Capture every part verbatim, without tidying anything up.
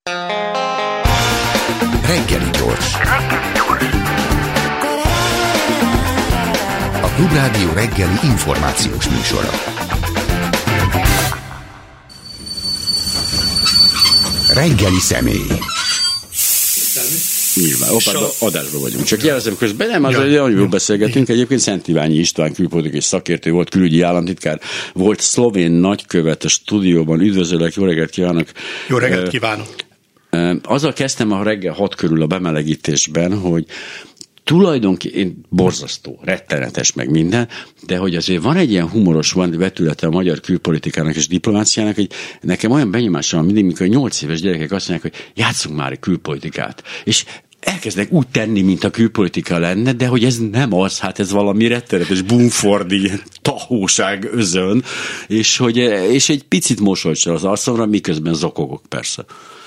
Reggeli gyors. A Klubrádió reggeli információs műsora. Reggeli személy. Nyilván, opa, adásban vagyunk. Csak jelezem közben, nem, az ja, olyan jól beszélgetünk. Egyébként Szent Iványi István külpolitikai szakértő volt, külügyi államtitkár, volt szlovén nagykövet a stúdióban. Üdvözöllek, jó reggelt kívánok! Jó reggelt kívánok! Azzal kezdtem a reggel hat körül a bemelegítésben, hogy tulajdonképpen borzasztó, rettenetes meg minden, de hogy azért van egy ilyen humoros vetülete a magyar külpolitikának és diplomáciának, hogy nekem olyan benyomásom mindig, mikor nyolc éves gyerekek azt mondják, hogy játsszunk már egy külpolitikát. És elkezdnek úgy tenni, mint a külpolitika lenne, de hogy ez nem az, hát ez valami rettenetes bumfordi tahóság özön, és, hogy, és egy picit mosolycsal az arcomra, miközben zokogok persze.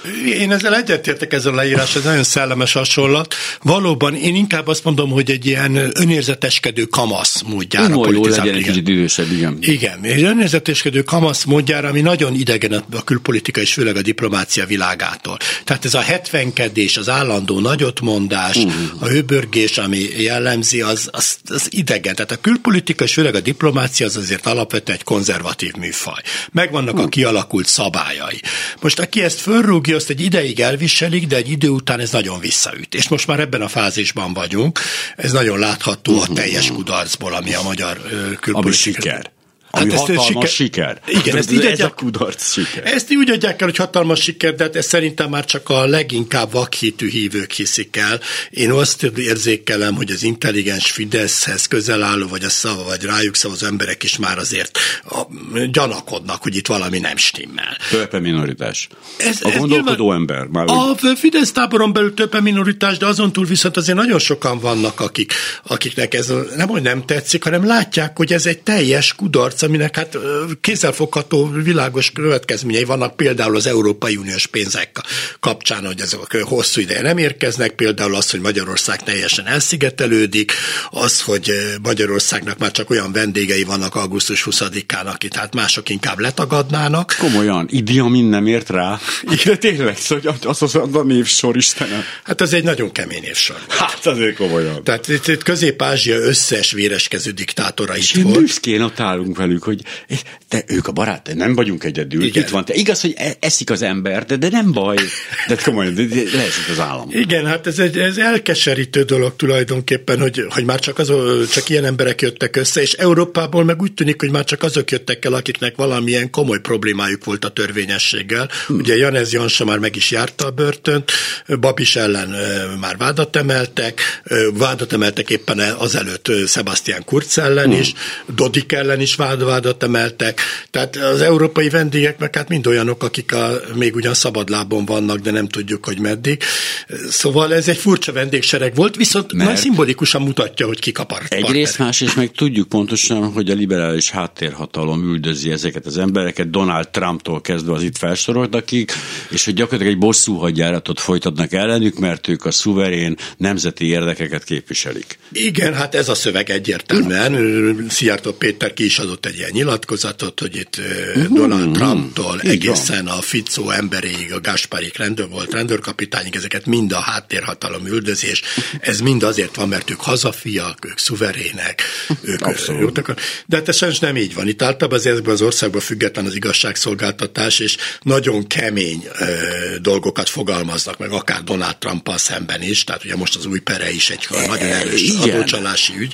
Én ezzel egyetértek, ezzel a leírás, ez nagyon szellemes hasonlat. Valóban én inkább azt mondom, hogy egy ilyen önérzeteskedő kamasz módjára politizálni. Legyen egy kicsit idősebb, igen. Igen, egy önérzeteskedő kamasz módjára, ami nagyon idegen a külpolitika és főleg a diplomácia világától. Tehát ez a hetvenkedés, az állandó nagyotmondás, uh-huh. a hőbörgés, ami jellemzi, az, az, az idegen. Tehát a külpolitika és főleg a diplomácia az azért alapvetően egy konzervatív műfaj. Megvannak uh-huh. a kialakult szabályai. Most aki ezt fölrúgja, azt egy ideig elviselik, de egy idő után ez nagyon visszaüt. És most már ebben a fázisban vagyunk. Ez nagyon látható a teljes kudarcból, ami a magyar külpolitika. Ami siker. Ami hát hatalmas siker. siker. Igen, ezt ez, ez a kudarc siker. Ezt úgy adják el, hogy hatalmas siker, de ez szerintem már csak a leginkább vakhitű hívők hiszik el. Én azt érzékelem, hogy az intelligens Fideszhez közel álló, vagy a szava, vagy rájuk szavazó emberek is már azért a, gyanakodnak, hogy itt valami nem stimmel. Többe minoritás. Ez, a ez gondolkodó nyilván, ember. Már a úgy... Fidesz táboron belül többe minoritás, de azon túl viszont azért nagyon sokan vannak, akik, akiknek ez nem, hogy nem tetszik, hanem látják, hogy ez egy teljes kudarc, aminek hát kézzelfogható, világos következményei vannak, például az Európai Uniós pénzek kapcsán, hogy ezek hosszú ideje nem érkeznek, például az, hogy Magyarország teljesen elszigetelődik, az, hogy Magyarországnak már csak olyan vendégei vannak augusztus huszadikán, akit hát mások inkább letagadnának. Komolyan, Idi Amin nem ért rá? Igen, tényleg, szóval az az a névsor, Istenem. Hát az egy nagyon kemény névsor. Hát azért komolyan. Tehát itt, itt Közép-Ázsia összes véreskező diktátora itt és volt. És büszkén ott állunk velük, hogy te, ők a barát, de nem vagyunk egyedül. Igen. Itt van, te, igaz, hogy eszik az ember, de, de nem baj. De komolyan, de, de leesik az állam. Igen, hát ez egy ez elkeserítő dolog tulajdonképpen, hogy, hogy már csak, az, csak ilyen emberek jöttek össze, és Európából meg úgy tűnik, hogy már csak azok jöttek el, akiknek valamilyen komoly problémájuk volt a törvényességgel. Hmm. Ugye Janez Jansa már meg is járta a börtönt, Babis ellen már vádat emeltek, vádat emeltek éppen azelőtt Sebastian Kurz ellen is, hmm. Dodik ellen is vád vádat emeltek, tehát az európai vendégek meg hát mind olyanok, akik a, még ugyan szabadlábon vannak, de nem tudjuk, hogy meddig. Szóval ez egy furcsa vendégsereg volt, viszont nagy szimbolikusan mutatja, hogy kik a partnerek. Egyrészt más, és meg tudjuk pontosan, hogy a liberális háttérhatalom üldözi ezeket az embereket, Donald Trumptól kezdve az itt felsoroltakig, és hogy gyakorlatilag egy bosszúhadjáratot folytatnak ellenük, mert ők a szuverén nemzeti érdekeket képviselik. Igen, hát ez a szöveg egyértelműen. Szijjártó Péter ki is adott egy ilyen nyilatkozatot, hogy itt uh-huh, Donald Trumptól uh-huh, egészen a Ficó emberéig, a Gáspárig rendőr volt, rendőrkapitányig, ezeket mind a háttérhatalom üldözés, ez mind azért van, mert ők hazafiak, ők szuverének, ők jótak. De hát ez sajnos nem így van. Itt általában az ezekben az országban független az igazságszolgáltatás, és nagyon kemény ö, dolgokat fogalmaznak meg, akár Donald Trumpal szemben is, tehát ugye most az új pere is egy e, nagyon erős adócsalási ügy,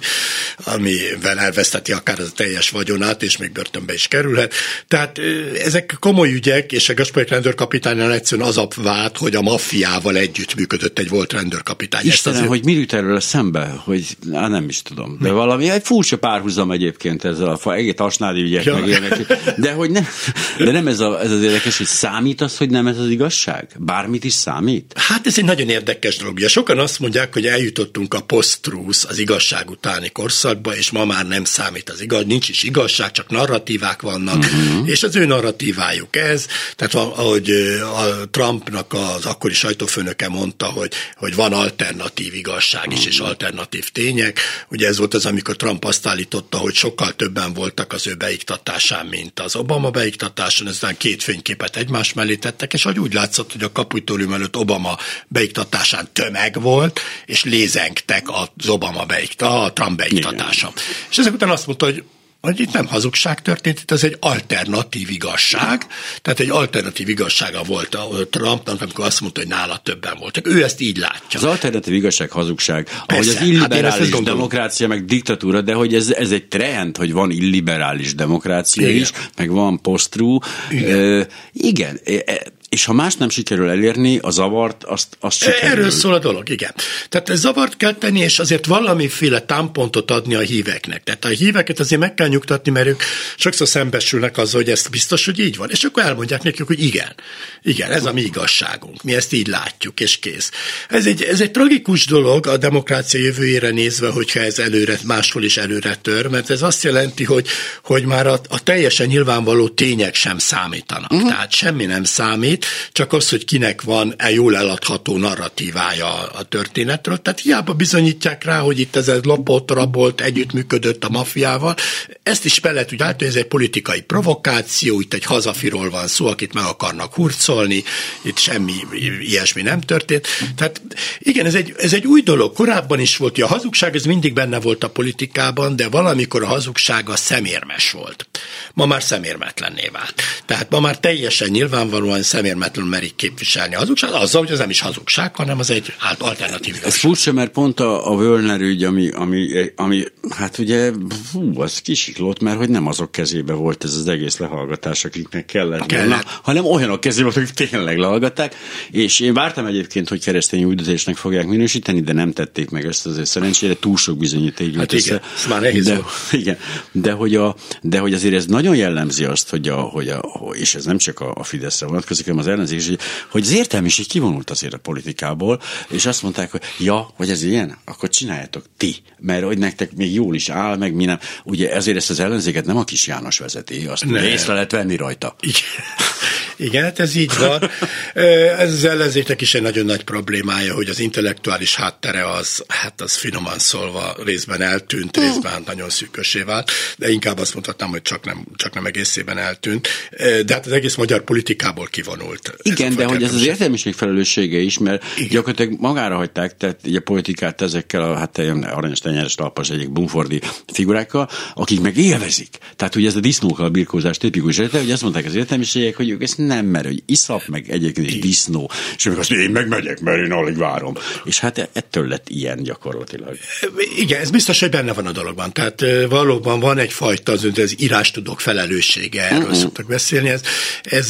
amivel elveszteti akár az teljes vagyonát, és még börtönbe is kerülhet. Tehát ezek komoly ügyek, és a Gáspári rendőrkapitánynál egyszerűen az a vád, hogy a maffiával együttműködött egy volt rendőrkapitány. Istenem, azért... hogy mi jut erről szembe, hogy á, nem is tudom. De mi? Valami egy furcsa párhuzam egyébként ezzel a fa, egész tasnádi ügyek ja. meg ilyenek. De hogy nem, de nem ez, a, ez az érdekes, hogy számít az, hogy nem ez az igazság? Bármit is számít? Hát ez egy nagyon érdekes dolog. Ugye sokan azt mondják, hogy eljutottunk a post-truth, az igazság utáni korszakba, és ma már nem számít az igaz, nincs is igaz, igazság, csak narratívák vannak, uh-huh. és az ő narratívájuk ez, tehát ahogy a Trumpnak az akkori sajtófőnöke mondta, hogy, hogy van alternatív igazság is, uh-huh. és alternatív tények. Ugye ez volt az, amikor Trump azt állította, hogy sokkal többen voltak az ő beiktatásán, mint az Obama beiktatáson, ezután két fényképet egymás mellé tettek, és hogy úgy látszott, hogy a Kapitolium előtt Obama beiktatásán tömeg volt, és lézengtek az Obama beikta, a Trump beiktatása. Igen. És ezek után azt mondta, hogy hogy itt nem hazugság történt, itt ez egy alternatív igazság, tehát egy alternatív igazsága volt a Trumpnak, amikor azt mondta, hogy nála többen voltak. Ő ezt így látja. Az alternatív igazság hazugság, persze, ahogy az illiberális hát demokrácia, meg diktatúra, de hogy ez, ez egy trend, hogy van illiberális demokrácia igen. is, meg van post-true. Igen. Uh, igen. És ha más nem sikerül elérni, a zavart, azt, azt sikerül. Erről szól a dolog, igen. Tehát zavart kell tenni, és azért valamiféle támpontot adni a híveknek. Tehát a híveket azért meg kell nyugtatni, mert ők sokszor szembesülnek azzal, hogy ez biztos, hogy így van. És akkor elmondják nekik, hogy igen, igen, ez a mi igazságunk. Mi ezt így látjuk, és kész. Ez egy, ez egy tragikus dolog a demokrácia jövőjére nézve, hogyha ez előre, máshol is előre tör, mert ez azt jelenti, hogy, hogy már a, a teljesen nyilvánvaló tények sem számítanak. Uh-huh. Tehát semmi nem számít, csak az, hogy kinek van egy jól eladható narratívája a történetről. Tehát hiába bizonyítják rá, hogy itt ez egy lopott, rabolt, együttműködött a maffiával. Ezt is be lehet úgy látni, hogy ez egy politikai provokáció, itt egy hazafiról van szó, akit meg akarnak hurcolni, itt semmi ilyesmi nem történt. Tehát igen, ez egy, ez egy új dolog. Korábban is volt, hogy a hazugság ez mindig benne volt a politikában, de valamikor a hazugság a szemérmes volt. Ma már szemérmetlenné vált. Tehát ma már teljesen nyilvánvalóan szemérmetlenül merik képviselni a hazugság, azzal, hogy az nem is hazugság, hanem az egy alternatív igazság. Ez furcsa, mert pont a, a Wörner ügy, ami, ami, ami hát ugye, hú, az kisiklott, mert hogy nem azok kezébe volt ez az egész lehallgatás, akiknek kellett, kellett. Na, hanem olyanok kezébe, akik tényleg lehallgatták, és én vártam egyébként, hogy keresztény üldözésnek fogják minősíteni, de nem tették meg ezt, azért szerencsére túl sok bizonyíték gyűlt hát össze. Igen, ez már nehéz de, igen, de hogy, a, de hogy azért ez nagyon jellemzi azt, hogy, a, hogy a, és ez nem csak a, a Fideszre vonatkozik, hanem az ellenzék, hogy, hogy az értelmiség kivonult azért a politikából, és azt mondták, hogy ja, hogy ez ilyen, akkor csináljátok ti, mert hogy nektek még jól is áll, meg mi nem. Ugye ezért ezt az ellenzéket nem a Kis János vezeti, azt észre lehet venni rajta. Igen. Igen, hát ez így van. Ez az ellenzéknek is egy nagyon nagy problémája, hogy az intellektuális háttere az, hát az finoman szólva részben eltűnt, részben nagyon szűkösé vált, de inkább azt mondhatnám, hogy csak nem, csak nem egészében eltűnt. De hát az egész magyar politikából kivonult. Igen, de hogy ez az értelmiség felelőssége is, mert igen. gyakorlatilag magára hagyták, tehát a politikát ezekkel a hát aranyos tenyeres talpas egyik bumfordi figurákkal, akik meg élvezik. Tehát ugye ez a disznókkal birkózás tipikus eset, hogy azt mondták az értelmiségek, hogy ők ezt nem, mert hogy iszap, meg egyébként egy disznó, és amikor azt én meg megyek, mert én alig várom. És hát ettől lett ilyen gyakorlatilag. Igen, ez biztos, hogy benne van a dologban. Tehát valóban van egyfajta az, az írástudók felelőssége, erről uh-huh. szoktak beszélni. Ez, ez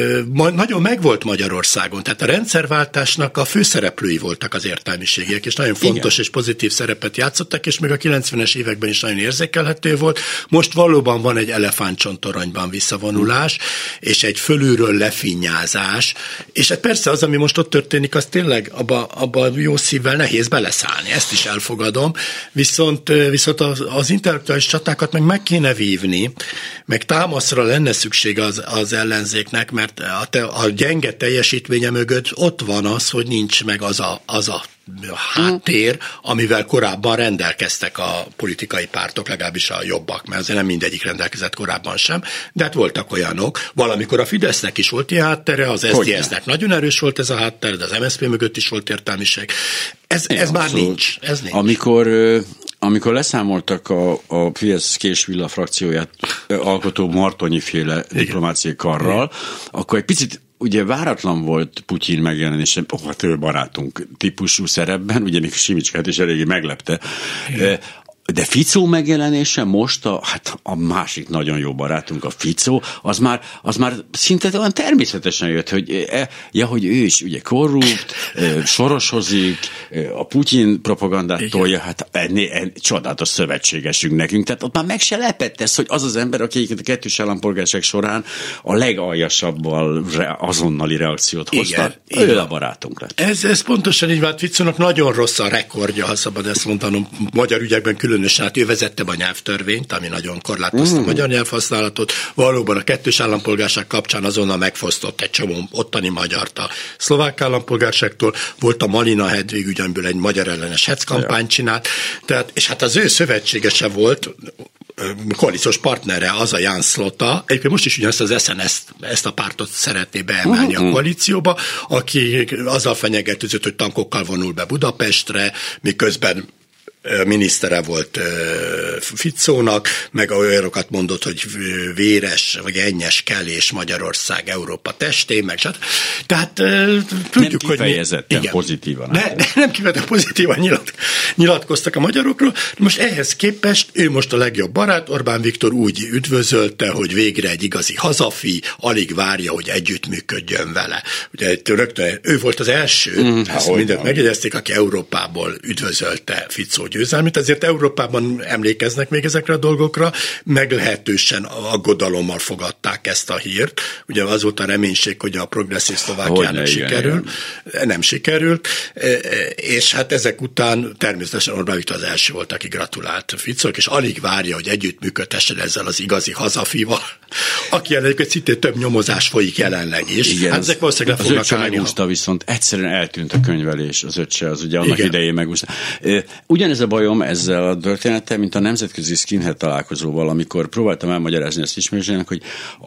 nagyon megvolt Magyarországon. Tehát a rendszerváltásnak a főszereplői voltak az értelmiségiek, és nagyon fontos igen. és pozitív szerepet játszottak, és még a kilencvenes években is nagyon érzékelhető volt. Most valóban van egy elefántcsontoronyban visszavonulás, és egy fölülről lefinnyázás, és hát persze az, ami most ott történik, az tényleg abba, abba jó szívvel nehéz beleszállni, ezt is elfogadom, viszont, viszont az, az intellektuális csatákat meg meg kéne vívni, meg támaszra lenne szükség az, az ellenzéknek, mert a, te, a gyenge teljesítménye mögött ott van az, hogy nincs meg az a, az a háttér, amivel korábban rendelkeztek a politikai pártok, legalábbis a jobbak, mert azért nem mindegyik rendelkezett korábban sem, de hát voltak olyanok. Valamikor a Fidesznek is volt ilyen háttere, az es zé dé es-nek nagyon erős volt ez a háttere, de az em es zé pé mögött is volt értelmiség. Ez, ja, ez már nincs. Ez nincs. Amikor, amikor leszámoltak a, a Fidesz Késvilla frakcióját alkotó Martonyi-féle diplomáciai karral, igen. akkor egy picit ugye váratlan volt Putyin megjelenése, oh, hát ő barátunk típusú szerepben, ugye még Simicskát is eléggé meglepte. Igen. De Ficó megjelenése most, a, hát a másik nagyon jó barátunk, a Ficó, az már, az már szinte olyan természetesen jött, hogy, e, ja, hogy ő is ugye korrupt, e, soroshozik, e, a Putyin propagandát tolja, hát ennél, ennél csodálatos szövetségesünk nekünk. Tehát ott már meg se lepett ez, hogy az az ember, aki a kettős állampolgárság során a legaljasabbal re, azonnali reakciót hozta, igen, ő a barátunk lett. Ez, ez pontosan így vált. Ficónak nagyon rossz a rekordja, ha szabad ezt mondanom, magyar ügyekben külön különösen, hát ő vezette a nyelvtörvényt, ami nagyon korlátozta mm. a magyar nyelvhasználatot, valóban a kettős állampolgárság kapcsán azonnal megfosztott egy csomó ottani magyart a szlovák állampolgárságtól, volt a Malina Hedvig ügy, amiből egy magyar ellenes hecckampányt csinált, tehát, és hát az ő szövetségese volt, koalíciós partnere az a Jan Slota, egyébként most is ugyanezt az es en es ezt a pártot szeretné beemelni uh-huh. a koalícióba, aki azzal fenyegetőzött, hogy tankokkal vonul be Budapestre, miközben minisztere volt Ficcónak, meg olyanokat mondott, hogy véres, vagy ennyes kelés Magyarország Európa testén, meg stb. Tehát tudjuk, nem kifejezetten hogy... pozitívan. Ne, ne, nem kifejezetten pozitívan nyilat, nyilatkoztak a magyarokról. Most ehhez képest ő most a legjobb barát, Orbán Viktor úgy üdvözölte, hogy végre egy igazi hazafi, alig várja, hogy együttműködjön vele. Ugye rögtön ő volt az első, mm, ezt mindent megjegyezték, aki Európából üdvözölte Ficcó győzelmét, ezért Európában emlékeznek még ezekre a dolgokra, meglehetősen aggodalommal fogadták ezt a hírt. Ugye az volt a reménység, hogy a progresszív Szlovákiának sikerül, igen. nem sikerült, és hát ezek után természetesen Orbán Viktor az első volt, aki gratulált Ficcónak, és alig várja, hogy együttműködhessen ezzel az igazi hazafival, aki egyébként szintén több nyomozás folyik jelenleg is. Igen, hát ezek valószínűleg le fognak az öccse megúszta, viszont egyszerűen eltűnt a könyvelés, az öccse, az ugye annak igen. idején megúszta. Ugyanez a bajom ezzel a történettel, mint a nemzetközi skinhead találkozóval, amikor próbáltam elmagyarázni ezt ismerősnek, hogy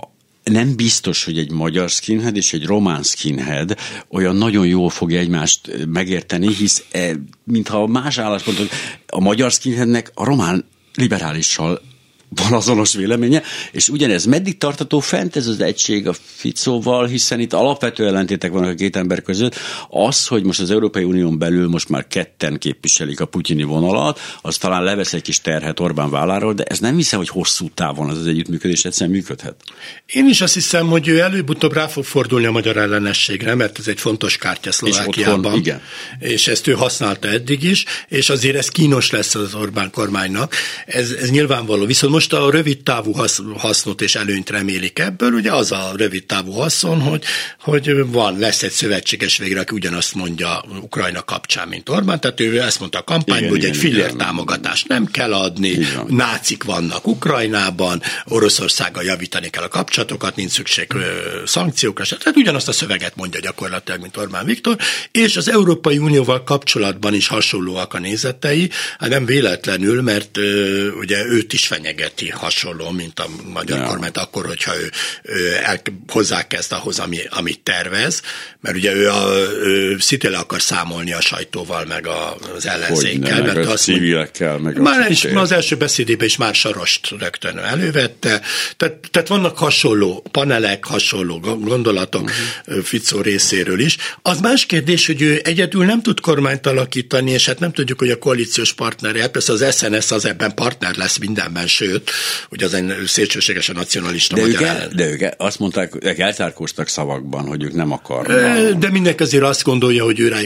nem biztos, hogy egy magyar skinhead és egy román skinhead olyan nagyon jól fogja egymást megérteni, hisz mintha más álláspontot, a magyar skinheadnek a román liberálissal van azonos véleménye, és ugyanez meddig tartató fent ez az egység a Ficcóval, hiszen itt alapvető ellentétek vannak a két ember között. Az, hogy most az Európai Unión belül most már ketten képviselik a putyini vonalat, az talán levesz egy kis terhet Orbán válláról, de ez nem hiszem, hogy hosszú távon az az együttműködés egyszerűen működhet. Én is azt hiszem, hogy ő előbb-utóbb rá fog fordulni a magyar ellenességre, mert ez egy fontos kártya Szlovákiában. És, otthon, igen. és ezt ő használta eddig is, és azért ez kínos lesz az Orbán kormánynak. Ez, ez nyilvánvaló. Viszont most a rövid távú hasznot és előnyt remélik ebből, ugye az a rövid távú haszon, hogy, hogy van, lesz egy szövetséges végre, aki ugyanazt mondja Ukrajna kapcsán, mint Orbán, tehát ő ezt mondta a kampányban, hogy egy fillér támogatást nem kell adni, igen. nácik vannak Ukrajnában, Oroszországgal javítani kell a kapcsolatokat, nincs szükség ö, szankciókra, tehát ugyanazt a szöveget mondja gyakorlatilag, mint Orbán Viktor, és az Európai Unióval kapcsolatban is hasonlóak a nézetei, hát nem véletlenül, mert ö, ugye őt is fenyegeti hasonló, mint a magyar ja. kormányt akkor, hogyha ő, ő el, hozzákezd ahhoz, ami, amit tervez, mert ugye ő, a, ő szintén akar számolni a sajtóval, meg a, az ellenzékkel. Hogy ne, mert azt civilekkel, meg már is, az első beszédében is már Sarost rögtön elővette, tehát, tehát vannak hasonló panelek, hasonló gondolatok uh-huh. Ficcó részéről is. Az más kérdés, hogy ő egyedül nem tud kormányt alakítani, és hát nem tudjuk, hogy a koalíciós partnerje, persze az es en es az ebben partner lesz mindenben, sőt, hogy az egy szélsőségesen nacionalista de magyar ők, ellen. De ők azt mondták, ők eltárkóztak szavakban, hogy ők nem akarnak. De mindenki azért azt gondolja, hogy ő, rá,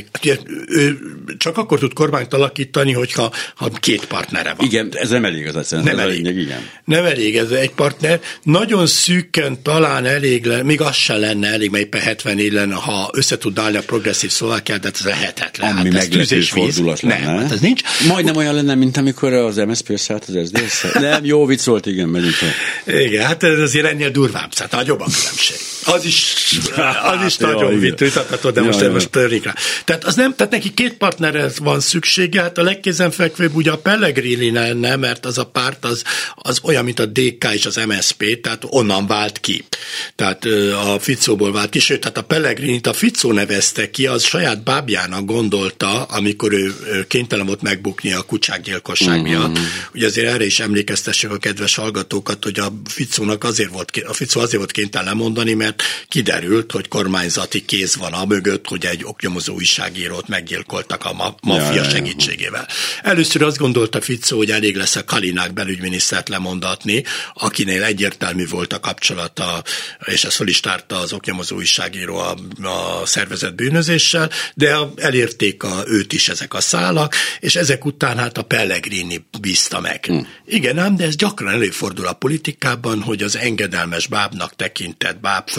ő csak akkor tud kormányt alakítani, hogyha ha két partnere van. Igen, ez nem elég az egyszerűen. Nem ez elég. Lényeg, igen. Nem elég ez egy partner. Nagyon szűken talán elég lenne, még az se lenne elég, mert éppen hetvennégy lenne, ha össze tud állni a progresszív Szlovákiát, de ez lehetetlen. Ami hát meglepő fordulat lenne. Nem, hát ez nincs. Majdnem olyan lenne, mint amikor az em es zé pé összeállt az es zé dé es-szel. Nem, jó vicc volt, igen, megyünk fel. Igen, hát ez azért ennél durvább, hát nagyobb a különbség. Az is, az is hát nagyon vitatható, de ja, most, ja. most törjük rá. Tehát, az nem, tehát neki két partnerre van szüksége, hát a legkézenfekvőbb ugye a Pellegrini lenne, mert az a párt az, az olyan, mint a dé ká és az em es zé pé, tehát onnan vált ki. Tehát a Ficcóból vált ki, sőt, tehát a Pellegrinit a Ficcó nevezte ki, az saját bábjának gondolta, amikor ő kénytelen volt megbukni a kutyákgyilkosság uh-huh. miatt. Ugye azért erre is emlékeztessük a kedves hallgatókat, hogy a Ficcónak azért volt, a Ficcó azért volt kénytelen lemondani, mert kiderült, hogy kormányzati kéz van a mögött, hogy egy oknyomozó újságírót meggyilkoltak a ma- maffia ja, segítségével. Először azt gondolta Ficcó, hogy elég lesz a Kalinák belügyminisztert lemondatni, akinél egyértelmű volt a kapcsolata, és ezt fel is tárta az oknyomozó újságíró a, a szervezett bűnözéssel, de elérték a, őt is ezek a szálak, és ezek után hát a Pellegrini bízta meg. Hmm. Igen, ám, de ez gyakran előfordul a politikában, hogy az engedelmes bábnak tekintett, báb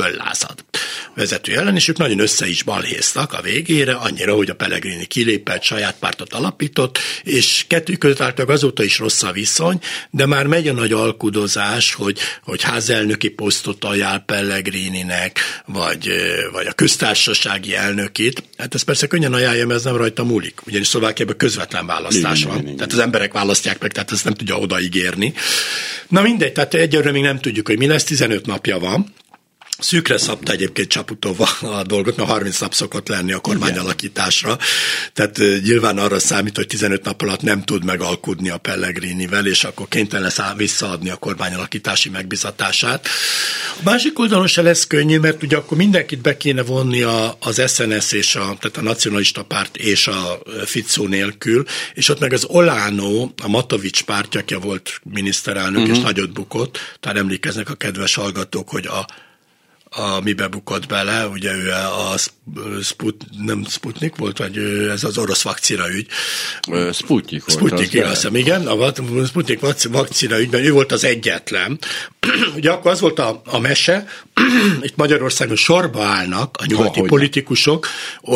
föllázad vezető ellen, és ők nagyon össze is balhéztak a végére, annyira, hogy a Pellegrini kilépett, saját pártot alapított, és kettő között általában azóta is rossz a viszony, de már megy a nagy alkudozás, hogy, hogy házelnöki posztot ajánl Pellegrininek, vagy, vagy a köztársasági elnökét. Hát ez persze könnyen ajánlja, mert ez nem rajta múlik. Ugyanis Szlovákiában közvetlen választás igen, van. igen, igen. Tehát az emberek választják meg, tehát ezt nem tudja odaígérni. Na mindegy, tehát egyelőre még nem tudjuk, hogy mi lesz, tizenöt napja van. Szűkre szabta egyébként Csaputov a dolgot, mert harminc nap szokott lenni a kormányalakításra. Tehát nyilván arra számít, hogy tizenöt nap alatt nem tud megalkudni a Pellegrinivel, és akkor kénytelen lesz visszaadni a kormányalakítási megbizatását. A másik oldalon se lesz könnyű, mert ugye akkor mindenkit be kéne vonni a, az es en es és a, tehát a nacionalista párt és a Fico nélkül, és ott meg az Olano, a Matovics pártja volt miniszterelnök, uh-huh. és nagyot bukott. Tehát emlékeznek a kedves hallgatók, hogy a a mibe bukott bele, ugye ő a Sput, nem Sputnik volt, vagy ez az orosz vakcina ügy. Sputnik volt. Sputnik, igaz, igen, a Sputnik vakcina ügyben ő volt az egyetlen. Ugye akkor az volt a, a mese, itt Magyarországon sorba állnak a nyugati oh, politikusok,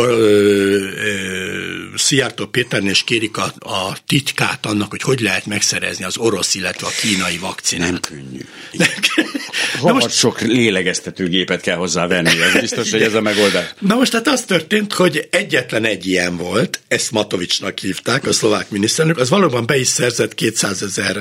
Szijjártó Péternél és kérik a, a titkát annak, hogy hogy lehet megszerezni az orosz, illetve a kínai vakcinát. Nem könnyű. Na most sok lélegeztetőgépet kell hozzá venni, ez biztos, hogy ez a megoldás. Na most hát az történt, hogy egyetlen egy ilyen volt, ezt Matovicsnak hívták, a szlovák miniszterelnök, az valóban be is szerzett kétszázezer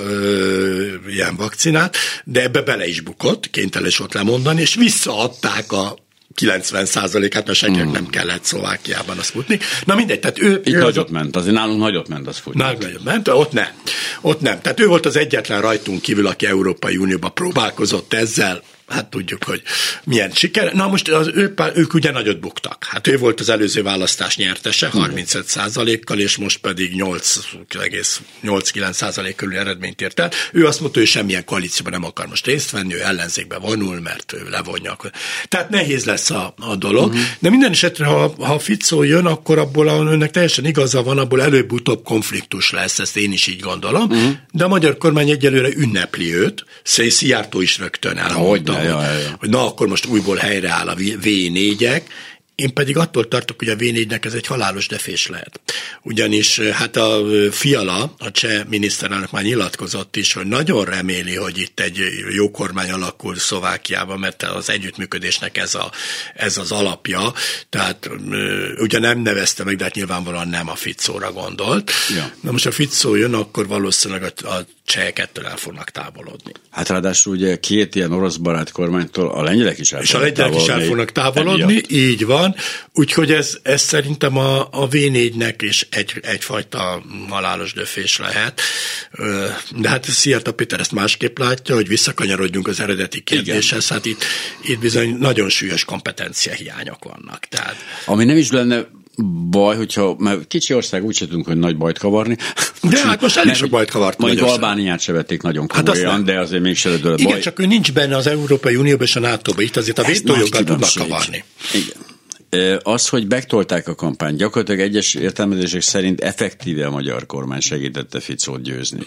ilyen vakcinát, de ebbe bele is bukott, kénytelen is ott lemondani, és visszaadták a kilencven százalékát, mert senkinek mm. nem kellett Szlovákiában a Sputnik. Na mindegy, tehát ő... Itt ő nagyot az... ment, azért nálunk nagyot ment a Sputnik. Nálunk nagyot ment, ott nem. Ott nem. Tehát ő volt az egyetlen rajtunk kívül, aki Európai Unióba próbálkozott ezzel, hát tudjuk, hogy milyen siker. Na most az ő, ők ugye nagyot buktak. Hát ő volt az előző választás nyertese, harmincöt százalékkal, és most pedig nyolc egész nyolc-kilenc százalék körül eredményt ért el. Ő azt mondta, hogy semmilyen koalícióban nem akar most részt venni, ő ellenzékbe vonul, mert ő levonja. Tehát nehéz lesz a, a dolog. Uh-huh. De minden esetre, ha, ha Fico jön, akkor abból önnek teljesen igaza van, abból előbb-utóbb konfliktus lesz, ezt én is így gondolom. Uh-huh. De a magyar kormány egyelőre ünnepli őt, Szijjártó is rögtön elmondta. Ja, ja, ja. Hogy na, akkor most újból helyreáll a vé négyek, én pedig attól tartok, hogy a vé négynek ez egy halálos defés lehet. Ugyanis hát a Fiala, a cseh miniszterelnök már nyilatkozott is, hogy nagyon reméli, hogy itt egy jó kormány alakul Szlovákiában, mert az együttműködésnek ez, a, ez az alapja. Tehát ugye nem nevezte meg, de hát nyilvánvalóan nem a Ficóra gondolt. Ja. Na most a Fico jön, akkor valószínűleg a, a csehek ettől el fognak távolodni. Hát ráadásul ugye két ilyen orosz barát kormánytól a lengyelek is el És a lengyelek is el fognak távolodni, emiatt. Így van. Úgyhogy ez, ez szerintem a, a vé négynek is egy, egyfajta halálos döfés lehet. De hát Szijjártó Péter ezt másképp látja, hogy visszakanyarodjunk az eredeti kérdéshez. Hát itt, itt bizony nagyon súlyos kompetencia hiányok vannak. Tehát... Ami nem is lenne baj, hogyha, mert kicsi ország úgy se tudunk, hogy nagy bajt kavarni. De hát most elég sok bajt kavart. Mondjuk Albániát se vették nagyon komolyan, hát de azért mégse ledől baj. Igen, csak ő nincs benne az Európai Unióban és a nátóban. Itt azért a vétójoggal tudnak kavarni. Igen. Az, hogy megtolták a kampányt, gyakorlatilag egyes értelmezések szerint effektíve a magyar kormány segítette Ficót győzni.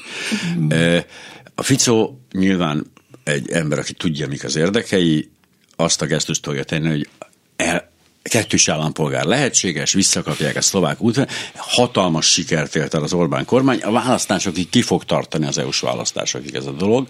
A Fico nyilván egy ember, aki tudja, mik az érdekei, azt a gesztust fogja tenni, hogy el, kettős állampolgár lehetséges, visszakapják a szlovák úton, hatalmas sikert ért el az Orbán kormány, a választásokig ki fog tartani az é u-s választásokig ez a dolog.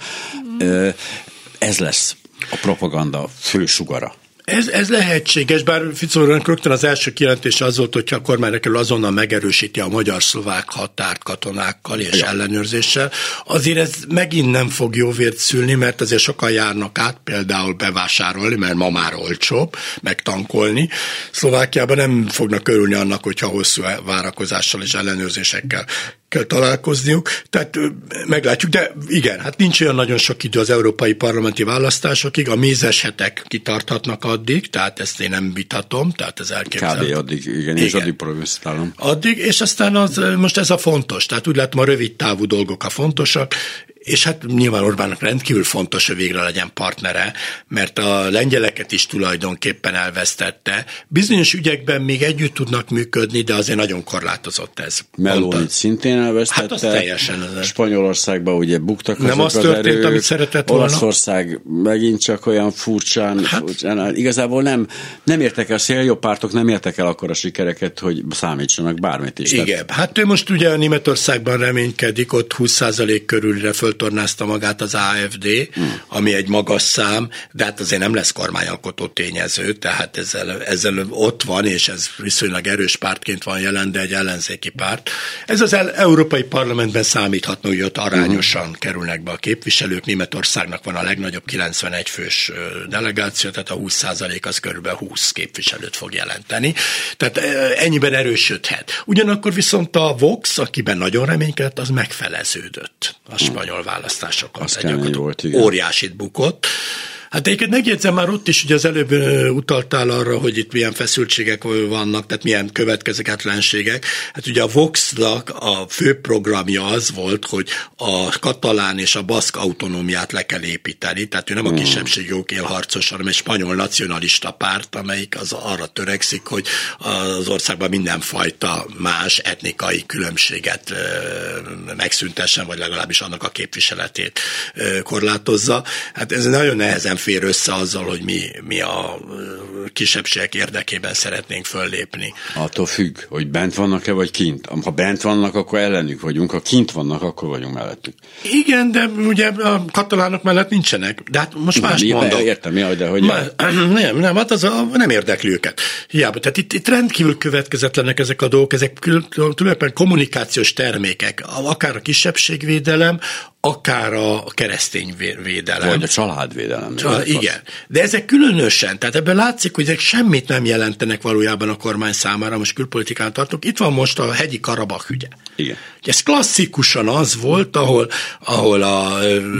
Ez lesz a propaganda fő sugara. Ez, ez lehetséges, bár Ficónak rögtön az első kijelentése az volt, hogyha a kormányra kerül, azonnal megerősíti a magyar-szlovák határt katonákkal és ja. ellenőrzéssel. Azért ez megint nem fog jó vért szülni, mert azért sokan járnak át, például bevásárolni, mert ma már olcsóbb, megtankolni. Szlovákiában nem fognak örülni annak, hogyha hosszú várakozással és ellenőrzésekkel kell találkozniuk, tehát meglátjuk, de igen, hát nincs olyan nagyon sok idő az európai parlamenti választásokig, a mézes hetek kitarthatnak addig, tehát ezt én nem vitatom, tehát ez elképzelhető. Kb. addig, igen, igen. És addig provinsztálom. Addig, és aztán az, most ez a fontos, tehát úgy látom a rövid távú dolgok a fontosak, és hát nyilván Orbánnak rendkívül fontos, hogy végre legyen partnere, mert a lengyeleket is tulajdonképpen elvesztette. Bizonyos ügyekben még együtt tudnak működni, de azért nagyon korlátozott ez. Melónit szintén elvesztette. Hát az teljesen. Spanyolországban ugye buktak azok nem az, az történt, erők. Amit szeretett volna. Olaszország megint csak olyan furcsán, hát, furcsán igazából nem, nem értek el, a széljobb pártok nem értek el akkor a sikereket, hogy számítsanak bármit is. Igen, tehát... hát ő most ugye a Németországban reménykedik, ott húsz százalék körülre föltornázta magát az á ef dé, hmm. ami egy magas szám, de hát azért nem lesz kormányalkotó tényező, tehát ezzel, ezzel ott van, és ez viszonylag erős pártként van jelen, de egy ellenzéki párt. Ez az el, Európai Parlamentben számíthatna, hogy ott arányosan hmm. kerülnek be a képviselők. Németországnak van a legnagyobb kilencvenegy fős delegáció, tehát a húsz százalék az körülbelül húsz képviselőt fog jelenteni. Tehát ennyiben erősödhet. Ugyanakkor viszont a Vox, akiben nagyon reménykedett, az megfeleződött a spanyol választásokon. Egy volt, óriásit bukott. Hát egyébként megjegyzem, már ott is, ugye az előbb utaltál arra, hogy itt milyen feszültségek vannak, tehát milyen következetlenségek. Hát ugye a Voxnak a fő programja az volt, hogy a katalán és a baszk autonómiát le kell építeni, tehát ő nem a kisebbség jogélharcos, hanem egy spanyol nacionalista párt, amelyik az arra törekszik, hogy az országban mindenfajta más etnikai különbséget megszüntessen, vagy legalábbis annak a képviseletét korlátozza. Hát ez nagyon nehezen fér össze azzal, hogy mi, mi a kisebbségek érdekében szeretnénk föllépni. Attól függ, hogy bent vannak-e, vagy kint. Ha bent vannak, akkor ellenük vagyunk, ha kint vannak, akkor vagyunk mellettük. Igen, de ugye a katalánok mellett nincsenek. De hát most más mondom. Értem, jaj, de hogy... Már, nem, nem, hát az a, nem érdekli őket. Hiába. Tehát itt, itt rendkívül következetlenek ezek a dolgok, ezek tulajdonképpen kommunikációs termékek, akár a kisebbségvédelem, akár a keresztény védelem. Vagy a családvédelem. Csal- igen. De ezek különösen, tehát ebből látszik, hogy ezek semmit nem jelentenek valójában a kormány számára, most külpolitikán tartunk. Itt van most a hegyi Karabach ügye. Igen. Ez klasszikusan az volt, ahol, ahol a,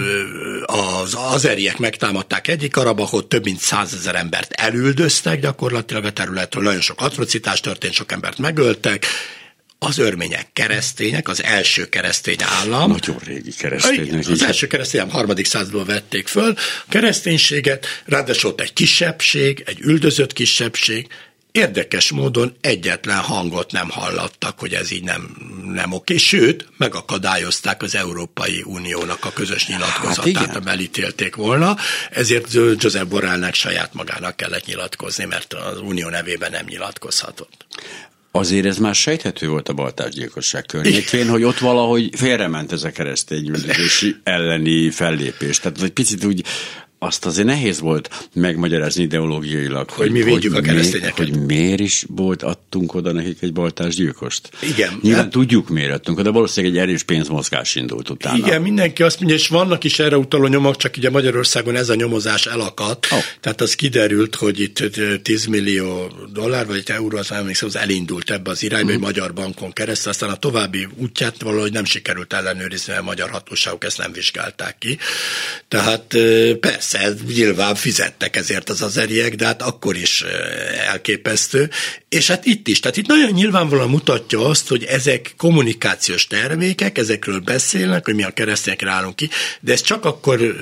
az azeriek megtámadták hegyi Karabachot, több mint százezer embert elüldöztek gyakorlatilag a területről, nagyon sok atrocitás történt, sok embert megöltek. Az örmények keresztények, az első keresztény állam. Nagyon régi keresztények. Az első keresztény állam harmadik században vették föl a kereszténységet, ráadásul ott egy kisebbség, egy üldözött kisebbség. Érdekes módon egyetlen hangot nem hallattak, hogy ez így nem, nem oké. Sőt, megakadályozták az Európai Uniónak a közös nyilatkozatát, hát ha elítélték volna. Ezért Josep Borrellnek saját magának kellett nyilatkozni, mert az Unió nevében nem nyilatkozhatott. Azért ez már sejthető volt a baltásgyilkosság környékén, hogy ott valahogy félrement ez a keresztényüldözési elleni fellépés. Tehát egy picit úgy azt azért nehéz volt megmagyarázni ideológiailag, hogy, hogy mi védjük hogy a keresztényeket. Hogy miért is volt, adtunk oda nekik egy baltásgyilkost. Igen. Nyilván hát, tudjuk, miért adtunk oda, valószínűleg egy erős pénzmozgás indult utána. Igen, mindenki azt mondja, és vannak is erre utaló nyomok, csak ugye Magyarországon ez a nyomozás elakadt. Oh. Tehát az kiderült, hogy itt tíz millió dollár, vagy egy euró, az nem emlékszem, az elindult ebbe az irányba, mm. egy magyar bankon keresztül, aztán a további útját valahogy nem sikerült ellenőrizni, mert a magyar hatóságok ezt nem vizsgálták ki. Tehát persze, nyilván fizettek ezért az azeriek, de hát akkor is elképesztő. És hát itt is, tehát itt nagyon nyilvánvalóan mutatja azt, hogy ezek kommunikációs termékek, ezekről beszélnek, hogy mi a keresztényekre állunk ki, de ez csak akkor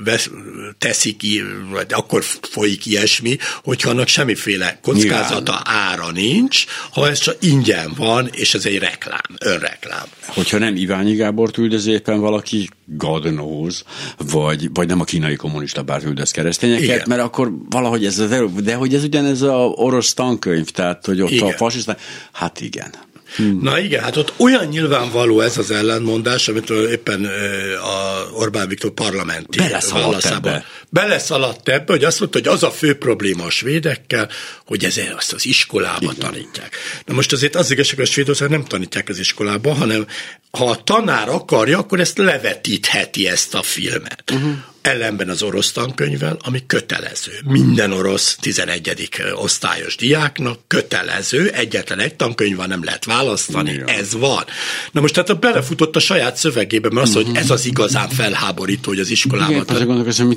teszik ki, vagy akkor folyik ilyesmi, hogyha annak semmiféle kockázata, ára nincs, ha ez csak ingyen van, és ez egy reklám, önreklám. Hogyha nem Iványi Gábort üldöz éppen valaki, God knows, vagy, vagy nem a kínai kommunista párt üldöz keresztényeket, igen. Mert akkor valahogy ez az, de hogy ez ugyanez a orosz tankönyv, tehát hogy ott igen. A fasiszták, hát igen. Hmm. Na igen, hát ott olyan nyilvánvaló ez az ellentmondás, amit éppen a Orbán Viktor parlamenti válaszában beleszaladt ebbe, hogy azt mondta, hogy az a fő probléma a svédekkel, hogy ezért azt az iskolában igen. tanítják. Na most azért az igazság, hogy a Svédország nem tanítják az iskolában, hanem ha a tanár akarja, akkor ezt levetítheti ezt a filmet. Uh-huh. Ellenben az orosz tankönyvvel, ami kötelező. Minden orosz tizenegyedik osztályos diáknak kötelező, egyetlen egy tankönyv van, nem lehet választani, igen. Ez van. Na most tehát belefutott a saját szövegébe, mert az, uh-huh. hogy ez az igazán felháborító, hogy az iskolában... Igen, azért gondolkozom, mint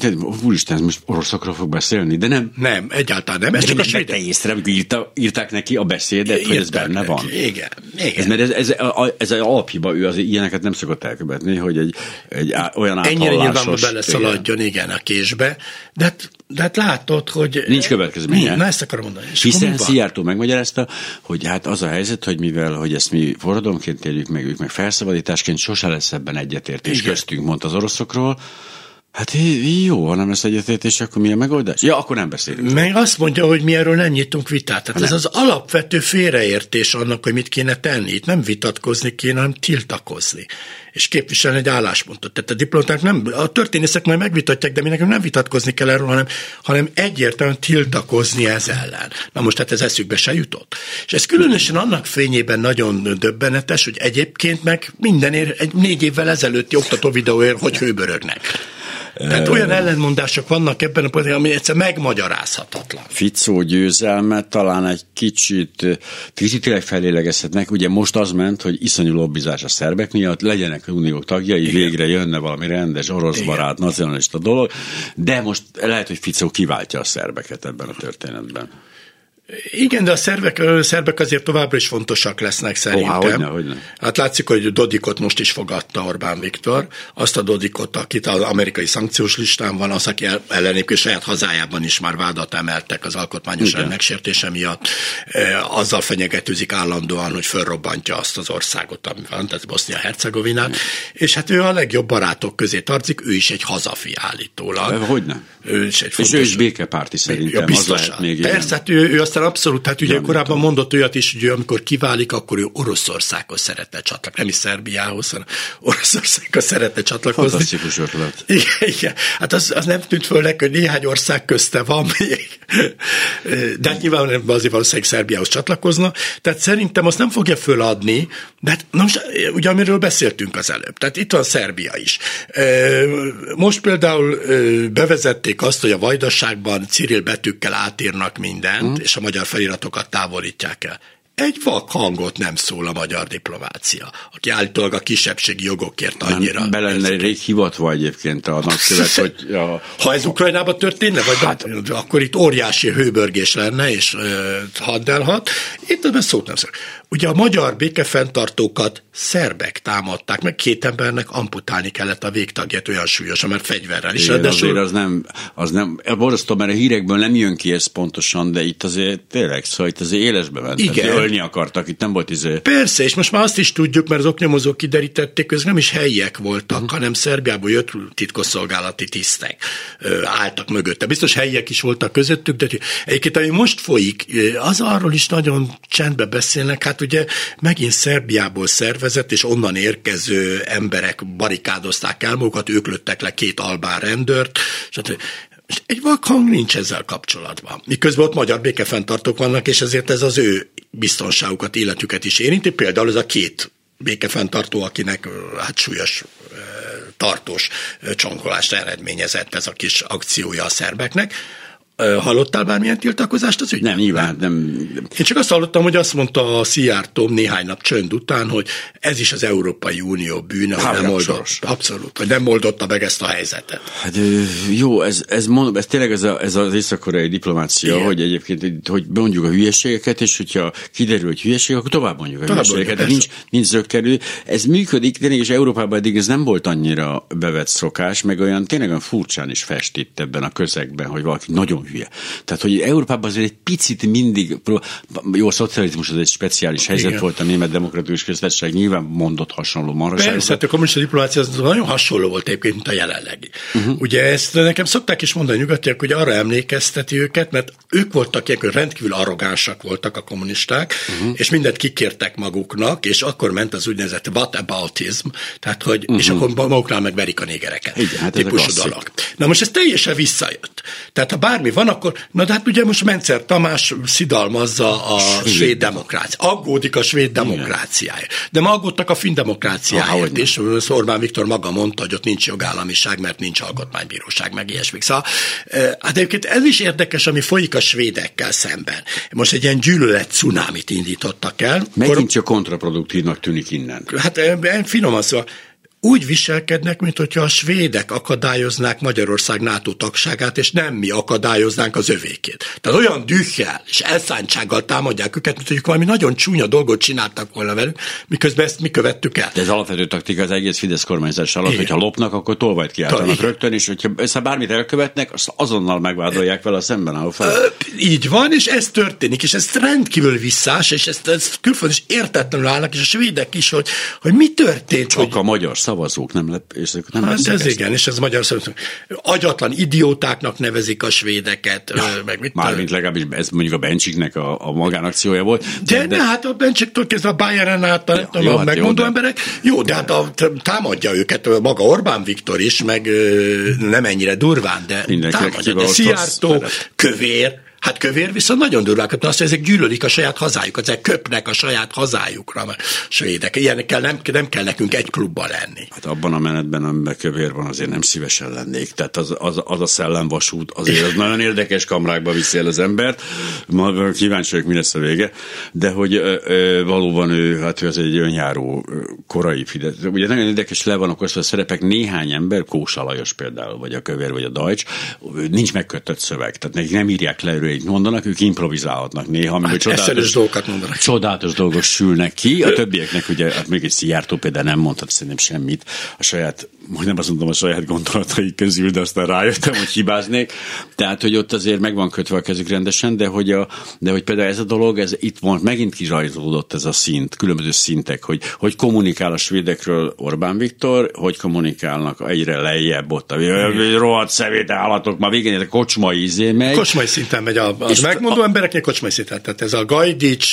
úristen, most oroszokról fog beszélni, de nem. Nem, egyáltalán nem. Ez csak a svédek. Te észre, amikor írta, írták neki a beszédet, írták, hogy ez benne van. Igen, igen. Ez, mert ez, ez, ez egy alaphiba, ő azért ilyeneket nem szokott elkövetni, hogy egy, egy olyan áthallásos... Ennyire nyilván beleszaladjon, igen, a késbe, de hát, de hát látod, hogy... Nincs következménye. Na, ezt akarom mondani. Hiszen Szijjártó megmagyarázta, hogy hát az a helyzet, hogy mivel, hogy ezt mi forradalomként éljük meg, ők meg felszabadításként, sose lesz ebben egyetértés köztünk, mondta az oroszokról. Hát jó, ha nem lesz egyetértés, akkor mi a megoldás? Ja, akkor nem beszélünk. Meg azt mondja, hogy mi erről nem nyitunk vitát. Tehát ez az alapvető félreértés annak, hogy mit kéne tenni. Itt nem vitatkozni kéne, hanem tiltakozni. És képviselni egy álláspontot. Tehát a diplomaták nem, a történészek majd megvitatják, de mi nekünk nem vitatkozni kell erről, hanem, hanem egyértelműen tiltakozni ez ellen. Na most hát ez eszükbe se jutott. És ez különösen annak fényében nagyon döbbenetes, hogy egyébként meg minden ér, egy négy évvel ezelőtti oktató videóért, hogy hőbörögnek. Tehát olyan ellenmondások vannak ebben a politikában, ami egyszer megmagyarázhatatlan. Fico győzelme talán egy kicsit, kicsit tényleg felélegezhetnek. Ugye most az ment, hogy iszonyú lobbizás a szerbek miatt, legyenek az uniók tagjai, igen. Végre jönne valami rendes, orosz barát, nacionalista dolog, de most lehet, hogy Fico kiváltja a szerbeket ebben a történetben. Igen, de a szerbek, a szerbek azért továbbra is fontosak lesznek szerintem. Oh, hogyne, hogyne. Hát látszik, hogy Dodikot most is fogadta Orbán Viktor. Azt a Dodikot, akit az amerikai szankciós listán van, az, aki ellenében saját hazájában is már vádat emeltek az alkotmányos rend megsértése miatt. E, azzal fenyegetőzik állandóan, hogy fölrobbantja azt az országot, ami van, tehát Bosznia-Hercegovinát. És hát ő a legjobb barátok közé tartozik, ő is egy hazafi állítólag. Hogyne? Ő is egy fontos... És ő is békepárti szerintem. Ja, biztosan. Még persze, hát ő, ő aztán abszolút, hát ugye korábban mondott olyat is, hogy amikor kiválik, akkor ő Oroszországhoz szeretne csatlakozni. Nem is Szerbiához, hanem Oroszországhoz szeretne csatlakozni. Fantasztikus ötlet. Igen, igen. Hát az, az nem tűnt föl neki, hogy néhány ország közte van még. De hát nyilván azért valószínűleg Szerbiához csatlakozna. Tehát szerintem azt nem fogja föladni, de hát na most, ugye amiről beszéltünk az előbb. Tehát itt van Szerbia is. Most például bevezették azt, hogy a Vajdaságban Cirill betűkkel átírnak mindent, mm. és a magyar feliratokat távolítják el. Egy vak hangot nem szól a magyar diplomácia, aki állítólag a kisebbségi jogokért annyira... Nem, be lenne rég hivatva egyébként a nagykövet, hogy... A... Ha ez Ukrajnában történne, vagy hát, akkor itt óriási hőbörgés lenne, és uh, haddelhat. Itt ebben szót nem szól. Ugye a magyar békefenntartókat szerbek támadták, meg két embernek amputálni kellett a végtagját, olyan súlyosan, mert fegyverrel is. Igen, azért az nem, az nem, borzasztó, mert a hírekből nem jön ki ez pontosan, de itt azért tényleg, szóval itt azért élesbe ment. Igen. Ölni akartak, itt nem volt izé. Persze, és most már azt is tudjuk, mert az oknyomozók kiderítették, hogy nem is helyiek voltak, uh-huh. hanem Szerbiából jött titkosszolgálati tisztek álltak mögötte. Biztos helyiek is voltak közöttük, de egyébként, ami most folyik, az arról is nagyon csendbe beszélnek, hát ugye megint Szerbiából szervezett, és onnan érkező emberek barikádozták el magukat, ők lőttek le két albán rendőrt, stb. Egy vakhang nincs ezzel kapcsolatban. Miközben ott magyar békefenntartók vannak, és ezért ez az ő biztonságukat, életüket is érinti. Például ez a két békefenntartó, akinek hát súlyos tartós csonkolást eredményezett ez a kis akciója a szerbeknek. Hallottál bármilyen tiltakozást az ügyben? Nem, nyilván nem. Én csak azt hallottam, hogy azt mondta a Szijjártó néhány nap csönd után, hogy ez is az Európai Unió bűne, hogy nem oldott, abszolút, hogy nem oldotta meg ezt a helyzetet. Hát jó, ez, ez, mondom, ez tényleg ez, a, ez az észak-koreai diplomácia, igen. Hogy egyébként, hogy mondjuk a hülyeségeket, és hogyha kiderül, hogy hülyeség, akkor tovább mondjuk a tovább hülyeségeket. Nincs, nincs zökkenő. Ez működik, tényleg, és Európában eddig ez nem volt annyira bevett szokás, meg olyan tényleg olyan furcsán is fest itt ebben a közegben, hogy valaki nagyon hülye. Tehát, hogy Európában azért egy picit mindig, jó, a szocializmus az egy speciális helyzet, igen. Volt, a Német Demokratikus Köztársaság nyilván mondott hasonló marhaságot. Persze, hát a kommunista diplomácia az nagyon hasonló volt egyébként, mint a jelenlegi. Uh-huh. Ugye ezt nekem szokták is mondani a nyugatiak, hogy arra emlékezteti őket, mert ők voltak ilyenkor rendkívül arrogánsak voltak a kommunisták, uh-huh. és mindent kikértek maguknak, és akkor ment az úgynevezett whataboutism, tehát, hogy, uh-huh. és akkor maguknál megverik a négereket. Igen, hát típusú dolog. Na most ez teljesen visszajött. Tehát ha bármi van, akkor, na de hát ugye most Mencer Tamás szidalmazza a svéd, svéd demokráciát. Aggódik a svéd demokráciáért. De ma aggódtak a finn demokráciáért is. Orbán Viktor maga mondta, hogy ott nincs jogállamiság, mert nincs alkotmánybíróság, meg ilyesmik. Szóval, hát egyébként ez is érdekes, ami folyik a svédekkel szemben. Most egy ilyen gyűlölet cunámit indítottak el. Megint csak kontraproduktívnak tűnik innen. Hát finoman szóval, úgy viselkednek, mint hogyha a svédek akadályoznák Magyarország NATO tagságát, és nem mi akadályoznánk az övékét. Tehát olyan dühjel és elszántsággal támadják őket, mint hogy valami nagyon csúnya dolgot csináltak volna velük, miközben ezt mi követtük el. De ez alapvető taktika az egész Fidesz kormányzás alatt, igen. Hogyha lopnak, akkor tolvajt kiáltanak rögtön, és hogyha ezt bármit elkövetnek, azt azonnal megvádolják vele a szemben álló fel. Így van, és ez történik, és ez rendkívül visszás, és ezt, ezt külföldön is értetlenül állnak, és a svédek is, hogy, hogy mi történt. Csak hogy... a magyar szavazók nem lep, és nem hát ez ezt. Igen, és ez magyar szavazók. Agyatlan idiótáknak nevezik a svédeket. Ja, meg mit mármint legalábbis ez mondjuk a Bencsiknek a, a magánakciója volt. De, de, de... hát a Bencsiktől kezdve a Bayern át, a, ja, a hát megmondó jó, emberek. De... Jó, de hát a, támadja őket maga Orbán Viktor is, meg nem ennyire durván, de mindenkinek támadja. De Szijjártó, Kövér, hát Kövér viszont nagyon durvákat, azt, hogy ezek gyűlölik a saját hazájukat, ezek köpnek a saját hazájukra, mert svédek. Ilyenekkel nem, nem kell nekünk egy klubban lenni. Hát abban a menetben, amiben Kövér van, azért nem szívesen lennék. Tehát az, az, az a szellemvasút, azért az nagyon érdekes kamrákba viszi el az embert. Ma kíváncsi vagyok, mi lesz a vége. De hogy ö, ö, valóban ő, hát ő az egy önjáró korai Fidesz. Ugye nagyon érdekes, le van okozva a szerepek, néhány ember, Kósa Lajos például, vagy a Kövér, vagy a Deutsch, nincs megkötött szöveg. Tehát nekik nem írják le, mondanak, ők improvizálhatnak néha, hát csodálatos dolgokat mondanak. Csodálatos dolgok sülnek ki, a többieknek ugye, hát még egy Szijjártó például nem mondhat szerintem semmit, a saját, majdnem azt mondom a saját gondolatai közül, de aztán rájöttem, hogy hibáznék, tehát, hogy ott azért meg van kötve a kezük rendesen, de hogy, a, de hogy például ez a dolog, ez itt van, megint kirajzolódott ez a szint, különböző szintek, hogy, hogy kommunikál a svédekről Orbán Viktor, hogy kommunikálnak egyre lejjebb ott, a rohadt szemét állatok, már végén a kocsmai izé megy. Kocsmai szinten megy a, az megmondó a, embereknek kocsmai szinten, tehát ez a Gajdics,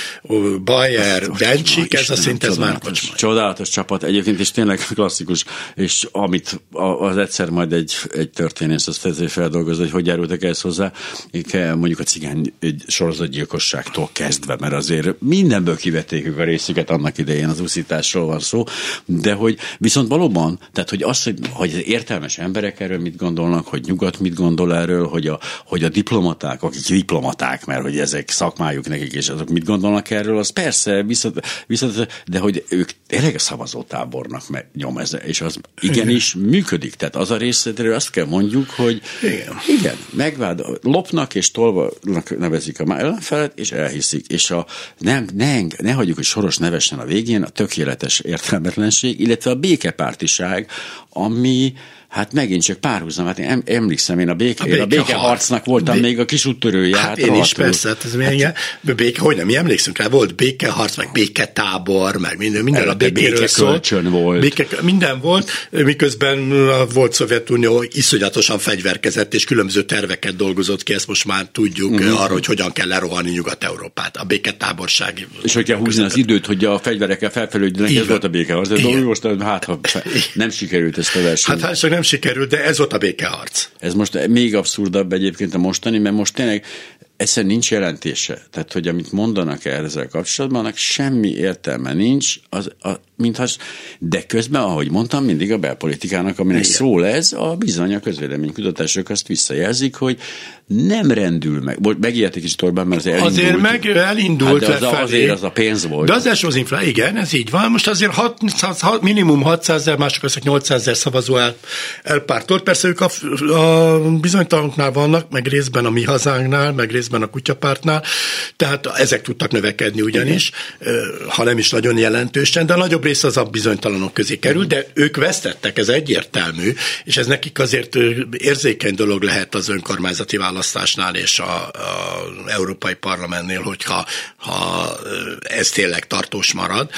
Bayer, Bencsik, ez a szint, ez már kocsmai. Csodálatos csapat egyébként, és tényleg klasszikus, és amit az egyszer majd egy, egy történész azt ezért feldolgozza, hogy hogy járultak ezt hozzá, mondjuk a cigány sorozatgyilkosságtól kezdve, mert azért mindenből kivették ők a részüket annak idején, az uszításról van szó, de hogy viszont valóban, tehát hogy az, hogy, hogy az értelmes emberek erről mit gondolnak, hogy nyugat mit gondol erről, hogy a, hogy a diplomaták, akik diplomaták, mert hogy ezek szakmájuk nekik, és azok mit gondolnak erről, az persze, viszont, viszont de hogy ők tényleg a szavazótábornak nyom ez, és az igenis igen. működik. Tehát az a részletről azt kell mondjuk, hogy igen, igen megvád, lopnak és tolvanak nevezik a ellenfelet, és elhiszik. És a, nem, ne, ne hagyjuk, hogy Soros nevessen a végén, a tökéletes értelmetlenség, illetve a békepártiság, ami hát megint csak párhuzam, hát én emlékszem, én a, béke, a, béke, a békeharcnak voltam Bé... még a kis úttörője. Hát, hát én is persze, hát ez milyen, hát, béke, hogy nem, mi emlékszünk rá, volt békeharc, meg béketábor, meg minden, minden a békéről szólt. Volt. Béke, minden volt, miközben volt Szovjetunió iszonyatosan fegyverkezett, és különböző terveket dolgozott ki, ezt most már tudjuk uh-huh. arra, hogy hogyan kell lerohanni Nyugat-Európát. A béketáborság. És hogy kell húzni az időt, hogy a fegyverekkel felfelődjenek, ez volt a békeharc. De most hát, ha nem sikerült ezt a versenyt. Hát, hát nem sikerült, de ez volt a békeharc. Ez most még abszurdabb egyébként a mostani, mert most tényleg egyszerűen nincs jelentése. Tehát, hogy amit mondanak ezzel kapcsolatban, annak semmi értelme nincs, az, a, mintha, de közben, ahogy mondtam, mindig a belpolitikának, aminek igen. szól ez, a bizony a közvéleménykutatások azt visszajelzik, hogy nem rendül meg. Megijedték is Orbán, mert azért elindult. Azért meg elindult hát az, azért az a pénz volt. De az első az infláció, igen, ez így van. Most azért hatszáz, minimum hatszázezer, mások azt nyolcszázezer szavazó el, elpártolt. Persze ők a, a bizonytalanoknál vannak, meg részben a Mi Hazánknál, meg részben a Kutyapártnál, tehát ezek tudtak növekedni ugyanis, igen. ha nem is nagyon jelentősen, de a nagyobb része az a bizonytalanok közé került, de ők vesztettek, ez egyértelmű, és ez nekik azért érzékeny dolog lehet az önkormányzati választásnál és a, a Európai Parlamentnél, hogyha ha ez tényleg tartós marad,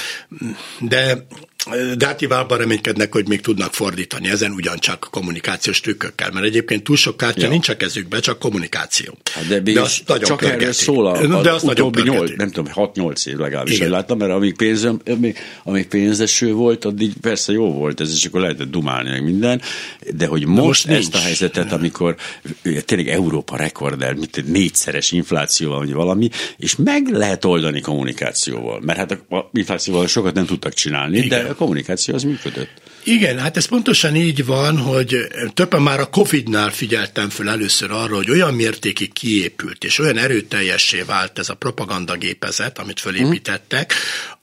de Dátiválban reménykednek, hogy még tudnak fordítani ezen ugyancsak kommunikációs trükkökkel, mert egyébként túl sok kártya ja. nincs a kezükbe, csak kommunikáció. Hát de, de azt csak pörgeti. Erről szól a, de azt utóbbi nyolc, nem tudom, hat-nyolc év legalábbis, hogy láttam, mert amíg, pénz, amíg, amíg pénzeső volt, addig persze jó volt ez, és akkor lehetett dumálni meg minden, de hogy most, most ezt a helyzetet, amikor tényleg Európa rekordel, mint négyszeres inflációval, vagy valami, és meg lehet oldani kommunikációval, mert hát a inflációval sokat nem tudtak csinálni, igen. de a kommunikáció az működött. Igen, hát ez pontosan így van, hogy többen már a Covidnál figyeltem föl először arra, hogy olyan mértékig kiépült, és olyan erőteljessé vált ez a propagandagépezet, amit fölépítettek,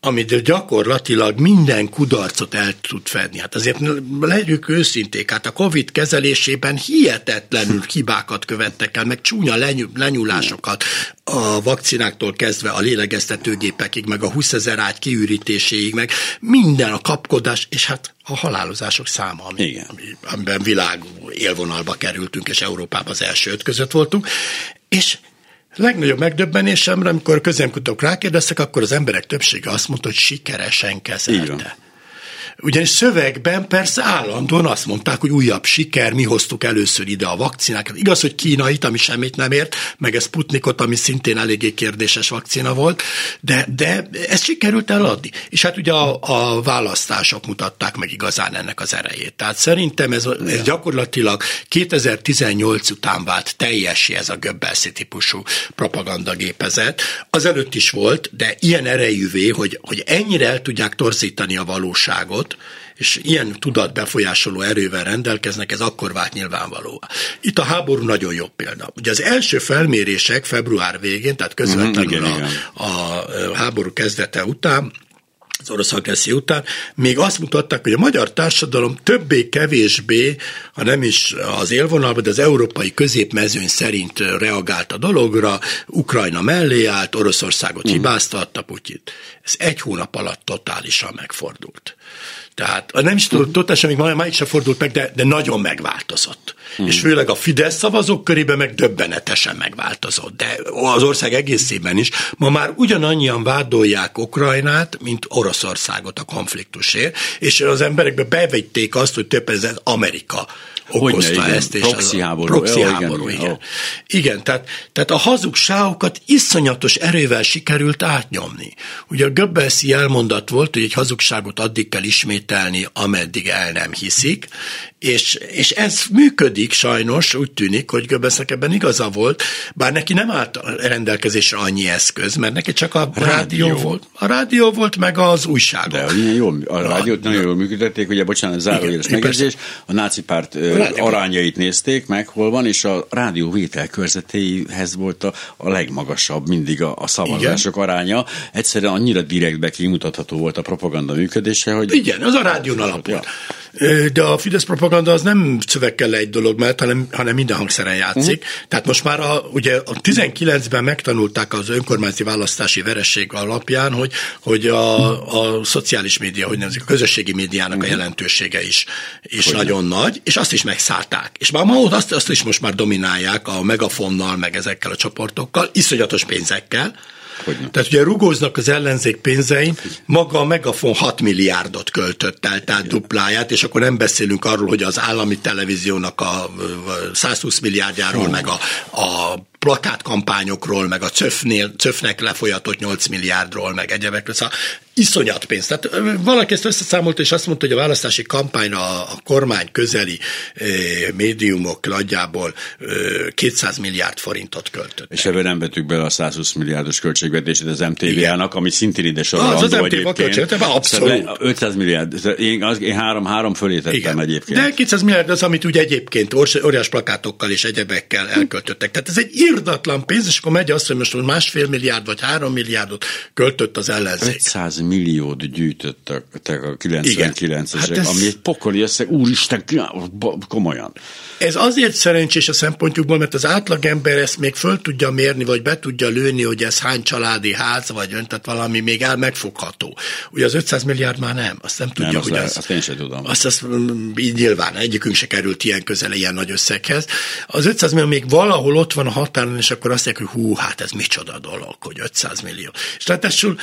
amit gyakorlatilag minden kudarcot el tud fedni. Hát azért legyünk őszinték, hát a Covid kezelésében hihetetlenül hibákat követtek el, meg csúnya lenyúlásokat a vakcináktól kezdve a lélegeztetőgépekig, meg a húszezer ágy kiürítéséig, meg minden a kapkodás, és hát a halálozások száma, ami, ami, amiben világ élvonalba kerültünk, és Európában az első öt között voltunk, és legnagyobb megdöbbenésemre, amikor közémkutatók rákérdeztek, akkor az emberek többsége azt mondta, hogy sikeresen kezelte. Ugyanis szövegben persze állandóan azt mondták, hogy újabb siker, mi hoztuk először ide a vakcinákat. Igaz, hogy kínait, ami semmit nem ért, meg ez Sputnikot, ami szintén eléggé kérdéses vakcina volt, de, de ezt sikerült eladni. És hát ugye a, a választások mutatták meg igazán ennek az erejét. Tehát szerintem ez, ez gyakorlatilag kétezer-tizennyolc után vált teljessé ez a Goebbelsi típusú propagandagépezet. Azelőtt is volt, de ilyen erejűvé, hogy, hogy ennyire el tudják torzítani a valóságot, és ilyen tudatbefolyásoló erővel rendelkeznek, ez akkor vált nyilvánvalóvá. Itt a háború nagyon jó példa. Ugye az első felmérések február végén, tehát közvetlenül mm, igen, a, a háború kezdete után, az orosz agresszió után, még azt mutatták, hogy a magyar társadalom többé-kevésbé, ha nem is az élvonalban, de az európai középmezőny szerint reagált a dologra, Ukrajna mellé állt, Oroszországot mm. hibáztatta Putyint. Ez egy hónap alatt totálisan megfordult. Tehát nem is tudott, totálisan még máig sem fordult meg, de, de nagyon megváltozott. Mm. És főleg a Fidesz szavazók körében meg döbbenetesen megváltozott. De az ország egészében is ma már ugyanannyian vádolják Ukrajnát, mint Oroszországot a konfliktusért, és az emberekbe bevették azt, hogy több ez Amerika okozta Hogyne, ezt, és proxy az háború. Proxy Jó, háború, igen. igen. Oh. Igen, tehát, tehát a hazugságokat iszonyatos erővel sikerült átnyomni. Ugye a Goebbelsi elmondat volt, hogy egy hazugságot addig kell ismételni, ameddig el nem hiszik, és, és ez működik sajnos, úgy tűnik, hogy Goebbelsnek ebben igaza volt, bár neki nem állt rendelkezésre annyi eszköz, mert neki csak a rádió, rádió volt. A rádió volt, meg az újságok. De milyen jól, a rádiót nagyon jól működtették, ugye bocsánat, zárójeles megjegyzés, a náci párt rádió. Arányait nézték meg, hol van, és a rádió vételkörzetéhez volt a, a legmagasabb mindig a, a szavazások igen. aránya. Egyszerűen annyira direktbe kimutatható volt a propaganda működése, hogy... Igen, az a rádión alapult. De a Fidesz propaganda az nem szövegkel egy dolog, mert hanem, hanem minden hangszeren játszik. Uh-huh. Tehát most már a, ugye a tizenkilencben megtanulták az önkormányzati választási vereség alapján, hogy, hogy a, a szociális média, hogy nevezik, a közösségi médiának uh-huh. a jelentősége is, is nagyon nagy, és azt is megszállták. És már ma azt, azt is most már dominálják a Megafonnal, meg ezekkel a csoportokkal, iszonyatos pénzekkel. Hogyne. Tehát ugye rugóznak az ellenzék pénzein, maga a Megafon hat milliárdot költött el, tehát dupláját, és akkor nem beszélünk arról, hogy az állami televíziónak a százhúsz milliárdjáról, meg a, a plakátkampányokról, meg a cöfnél, cöfnek lefolyatott nyolc milliárdról, meg egyebekről. Szóval iszonyat pénz. Tehát valaki ezt összeszámolt, és azt mondta, hogy a választási kampányra a kormány közeli eh, médiumok nagyjából eh, kétszáz milliárd forintot költöttek. És ebben nem vettük bele a százhúsz milliárdos költségvetését az em té vé-nak, ami szintén ide sorolandó az, az em té vé költségvetés, abszolút. ötszáz milliárd, én, az, én három, három fölé tettem igen. egyébként. De kétszáz milliárd az, amit úgy egyébként óriás plakátokkal és egyebekkel elköltöttek. Tehát ez egy irdatlan pénz, és akkor megy azt, hogy most másfél milliárd vagy három milliárdot költött az ellenzék. ötszáz milliót gyűjtöttek a kilencvenkilencesek, hát ami egy pokoli összeg, úristen, komolyan. Ez azért szerencsés a szempontjukból, mert az átlagember ezt még föl tudja mérni, vagy be tudja lőni, hogy ez hány családi ház, vagy ön, tehát valami még el megfogható. Ugye az ötszáz milliárd már nem, azt nem tudja, nem, hogy azt, az... Azt én sem tudom. Azt, azt így nyilván, egyikünk se került ilyen közel, ilyen nagy összeghez. Az ötszáz millió még valahol ott van a határon, és akkor azt mondják, hogy hú, hát ez micsoda dolog, hogy ötszáz millió. És ráadásul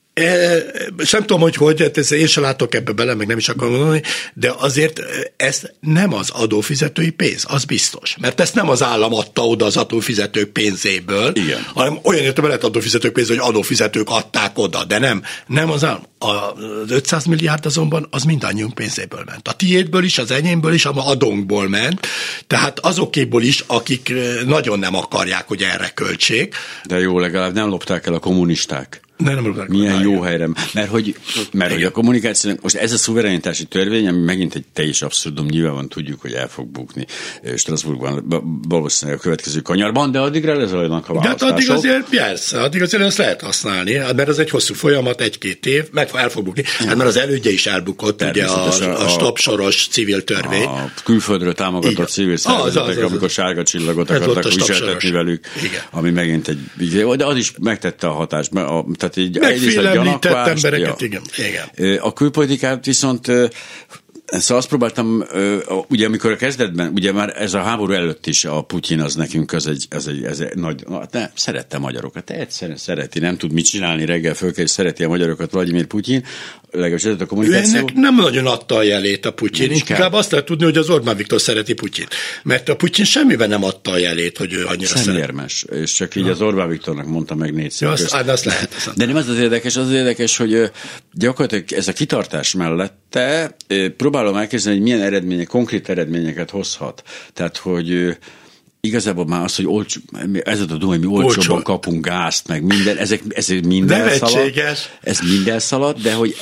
E, sem tudom, hogy hogy, ez, én sem látok ebbe bele, meg nem is akarom mondani, de azért ez nem az adófizetői pénz, az biztos. Mert ezt nem az állam adta oda az adófizetők pénzéből, igen. hanem olyan értelemben lehet adófizetők pénz, hogy adófizetők adták oda, de nem, nem az állam. Az ötszáz milliárd azonban az mindannyiunk pénzéből ment. A tiédből is, az enyémből is, a adónkból ment, tehát azokéból is, akik nagyon nem akarják, hogy erre költsék. De jó, legalább nem lopták el a kommunisták. De nem milyen jó helyre. Mert hogy, mert hogy a kommunikáció, most ez a szuverenitási törvény, ami megint egy teljes abszurdum, nyilván tudjuk, hogy el fog bukni Strasbourgban, valószínűleg a következő kanyarban, de addigra lezajlanak a választások. De hát addig azért, persze, addig azért ezt lehet használni, mert ez egy hosszú folyamat, egy-két év, meg el fog bukni. Hát mert az elődje is elbukott, ugye a, a, a stopsoros civil törvény. A külföldről támogatott igen. civil szervezetek, az, az, az, amikor sárga csillagot akartak viseltetni velük, igen. ami megint egy, de az is megtette a hatást. A, tehát így megfélemlített embereket, ja. igen. igen. A külpolitikát viszont szóval azt próbáltam, ugye amikor a kezdetben, ugye már ez a háború előtt is a Putyin az nekünk az egy, az egy, ez egy nagy, ne, szerette a magyarokat, egyszerűen szereti, nem tud mit csinálni, reggel föl kell, és szereti a magyarokat Vladimir Putyin, legalábbis ez a kommunikáció. Ő ennek nem nagyon adta a jelét a Putyin, inkább azt lehet tudni, hogy az Orbán Viktor szereti Putyin, mert a Putyin semmiben nem adta a jelét, hogy ő annyira szeret. Szemérmes, és csak így az Orbán Viktornak mondta meg négyszer. Ja, azt, azt lehet. Azt De nem az az érdekes, az az érdekes, hogy gyakorlatilag ez a kitartás mellette próbálom elképzelni, hogy milyen eredmények, konkrét eredményeket hozhat. Tehát, hogy igazából már az, hogy olcsó, ez a tudom, hogy mi olcsóbban Olcsó. kapunk gázt, meg minden, ezek, ez minden szalad. Ez minden szalad, de hogy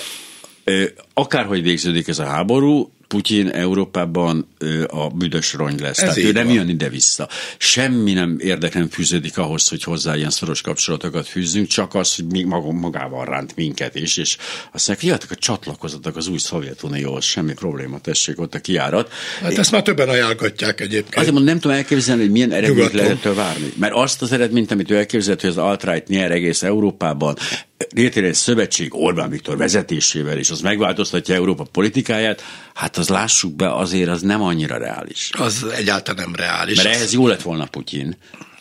akárhogy végződik ez a háború, Putyin Európában ö, a büdös rony lesz. Ez Tehát ő nem van. jön ide-vissza. Semmi nem érdek nem fűződik ahhoz, hogy hozzá ilyen szoros kapcsolatokat fűzzünk, csak az, hogy mi magával ránt minket is, és azt mondják, jöttek a csatlakozatok az új Szovjetunióhoz, semmi probléma, tessék ott a kijárat. Hát ezt már többen ajánlgatják egyébként. Azért mondom, nem tudom elképzelni, hogy milyen eredményt lehet várni. Mert azt az eredményt, amit ő elképzelt, hogy az alt-right nyer egész Európában, létrejön egy szövetség Orbán Viktor vezetésével, és az megváltoztatja Európa politikáját, hát az lássuk be, azért az nem annyira reális. Az egyáltalán nem reális. Mert ehhez jó lett volna Putyin.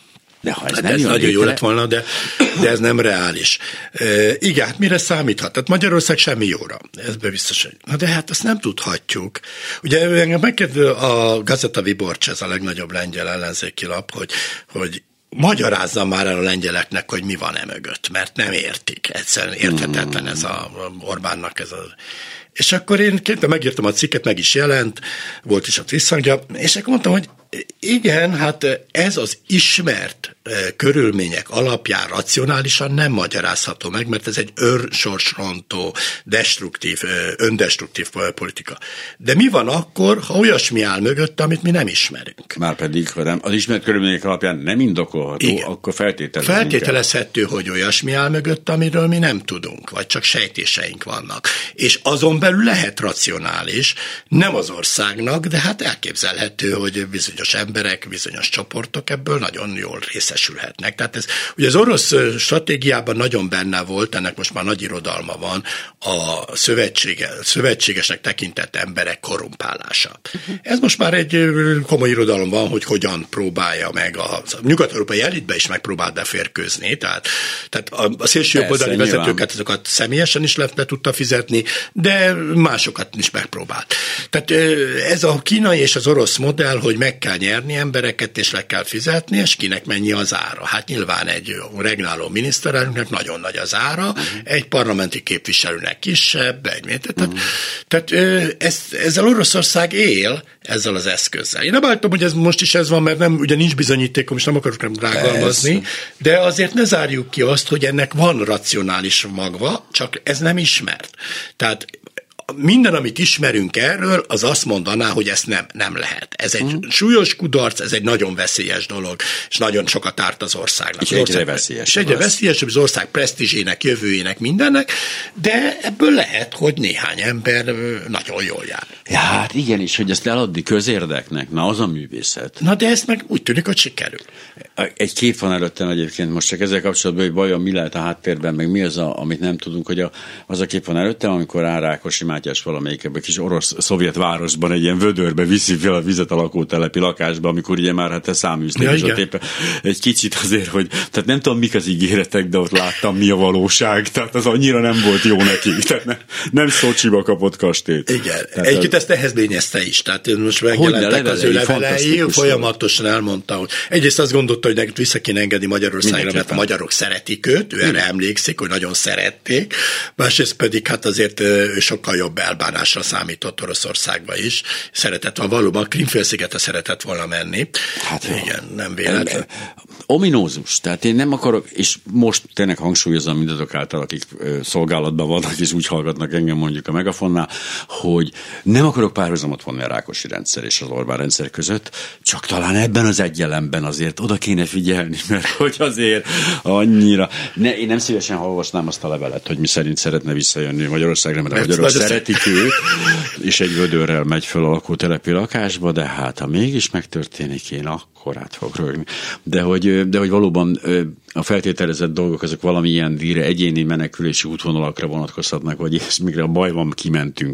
De ha ez hát nem ez nagyon létre... jó lett volna, de, de ez nem reális. E, igen, hát mire számíthat? Tehát Magyarország semmi jóra. Ez biztos. Na de hát azt nem tudhatjuk. Ugye engem megkérdő a Gazeta Wyborcza, ez a legnagyobb lengyel ellenzéki lap, hogy, hogy magyarázza már el a lengyeleknek, hogy mi van e mögött, mert nem értik. Egyszerűen érthetetlen ez a Orbánnak ez a... És akkor én kértem, megírtam a cikket, meg is jelent, volt is ott visszhangja, és akkor mondtam, hogy igen, hát ez az ismert körülmények alapján racionálisan nem magyarázható meg, mert ez egy önsorsrontó, destruktív, öndestruktív politika. De mi van akkor, ha olyasmi áll mögött, amit mi nem ismerünk? Márpedig, ha nem, az ismert körülmények alapján nem indokolható, igen. akkor feltételezhető. Feltételezhető, hogy olyasmi áll mögött, amiről mi nem tudunk, vagy csak sejtéseink vannak. És azon belül lehet racionális, nem az országnak, de hát elképzelhető, hogy bizonyos emberek, bizonyos csoportok ebből nagyon jól részesülhetnek. Tehát ez, ugye az orosz stratégiában nagyon benne volt, ennek most már nagy irodalma van, a szövetsége, szövetségesnek tekintett emberek korrumpálása. Uh-huh. Ez most már egy komoly irodalom van, hogy hogyan próbálja meg a, a nyugat-európai elitbe is megpróbált beférkőzni, tehát, tehát a, a szélsőjobboldali vezetőket azokat személyesen is le, le tudta fizetni, de másokat is megpróbált. Tehát ez a kínai és az orosz modell, hogy meg kell nyerni embereket, és le kell fizetni, és kinek mennyi az ára. Hát nyilván egy regnáló miniszterelnöknek nagyon nagy az ára, uh-huh. egy parlamenti képviselőnek kisebb, egy méter. Tehát, uh-huh. tehát ez, ezzel Oroszország él, ezzel az eszközzel. Én nem állítom, hogy ez most is ez van, mert nem, ugye nincs bizonyítékom, és nem akarok nem rágalmazni, de azért ne zárjuk ki azt, hogy ennek van racionális magva, csak ez nem ismert. Tehát minden, amit ismerünk erről, az azt mondaná, hogy ezt nem, nem lehet. Ez egy hmm. súlyos kudarc, ez egy nagyon veszélyes dolog, és nagyon sokat árt az országnak. És egyre veszélyesebb. És egyre veszélyesebb az ország presztízsének, jövőjének, mindennek, de ebből lehet, hogy néhány ember nagyon jól jár. Ja, hát igen, és hogy ezt eladni közérdeknek, na az a művészet. Na de ezt meg úgy tűnik, hogy sikerül. Egy kép van előttem egyébként, most csak ezzel kapcsolatban, hogy vajon mi lehet a háttérben, meg mi az, a, amit nem tudunk, hogy a, az a kép van előttem, amikor Árákosi Mátyás valamelyik ebben kis orosz-szovjet városban egy ilyen vödörbe viszi fel a vizet a lakótelepi lakásba, amikor ugye már hát a száműzték, ja, és ott éppen egy kicsit azért, hogy tehát nem tudom, mik az ígéretek, de ott láttam, mi a valóság, tehát az annyira nem volt jó nekik, tehát nem, nem Szocsiba kapott kastélyt. Igen, egyébként ezt nehezményezte is, tehát most megjelentek az ő levelei, folyamatosan elmondta, hogy egyrészt azt gondolta, hogy nekik vissza kéne engedni Magyarországra, mert a magyarok szeretik őt, ő erre emlékszik, hogy nagyon szerették, másrészt pedig hát azért ő sokkal jobb elbánásra számított Oroszországba is. Szeretett volna, valóban Krímfélszigetre szeretett volna menni. Hát igen, nem véletlen. Ominózus. Tehát én nem akarok, és most tényleg hangsúlyozom mindazok által, akik szolgálatban vannak, és úgy hallgatnak engem mondjuk a Megafonnál, hogy nem akarok párhuzamot vonni a Rákosi rendszer és az Orbán rendszer között, csak talán ebben az egyelemben azért oda kéne figyelni, mert hogy azért annyira... Ne, én nem szívesen olvasnám azt a levelet, hogy mi szerint szeretne visszajönni Magyarországra, mert a magyarok szeretik őt, és egy vödörrel megy föl a lakótelepi lakásba, de hát ha mégis megtörténik, én akkor át fog rögni. De hogy, de hogy valóban a feltételezett dolgok azok valamilyen díjra, egyéni menekülési útvonalakra vonatkozhatnak, vagy és mikor a baj van, kimentünk.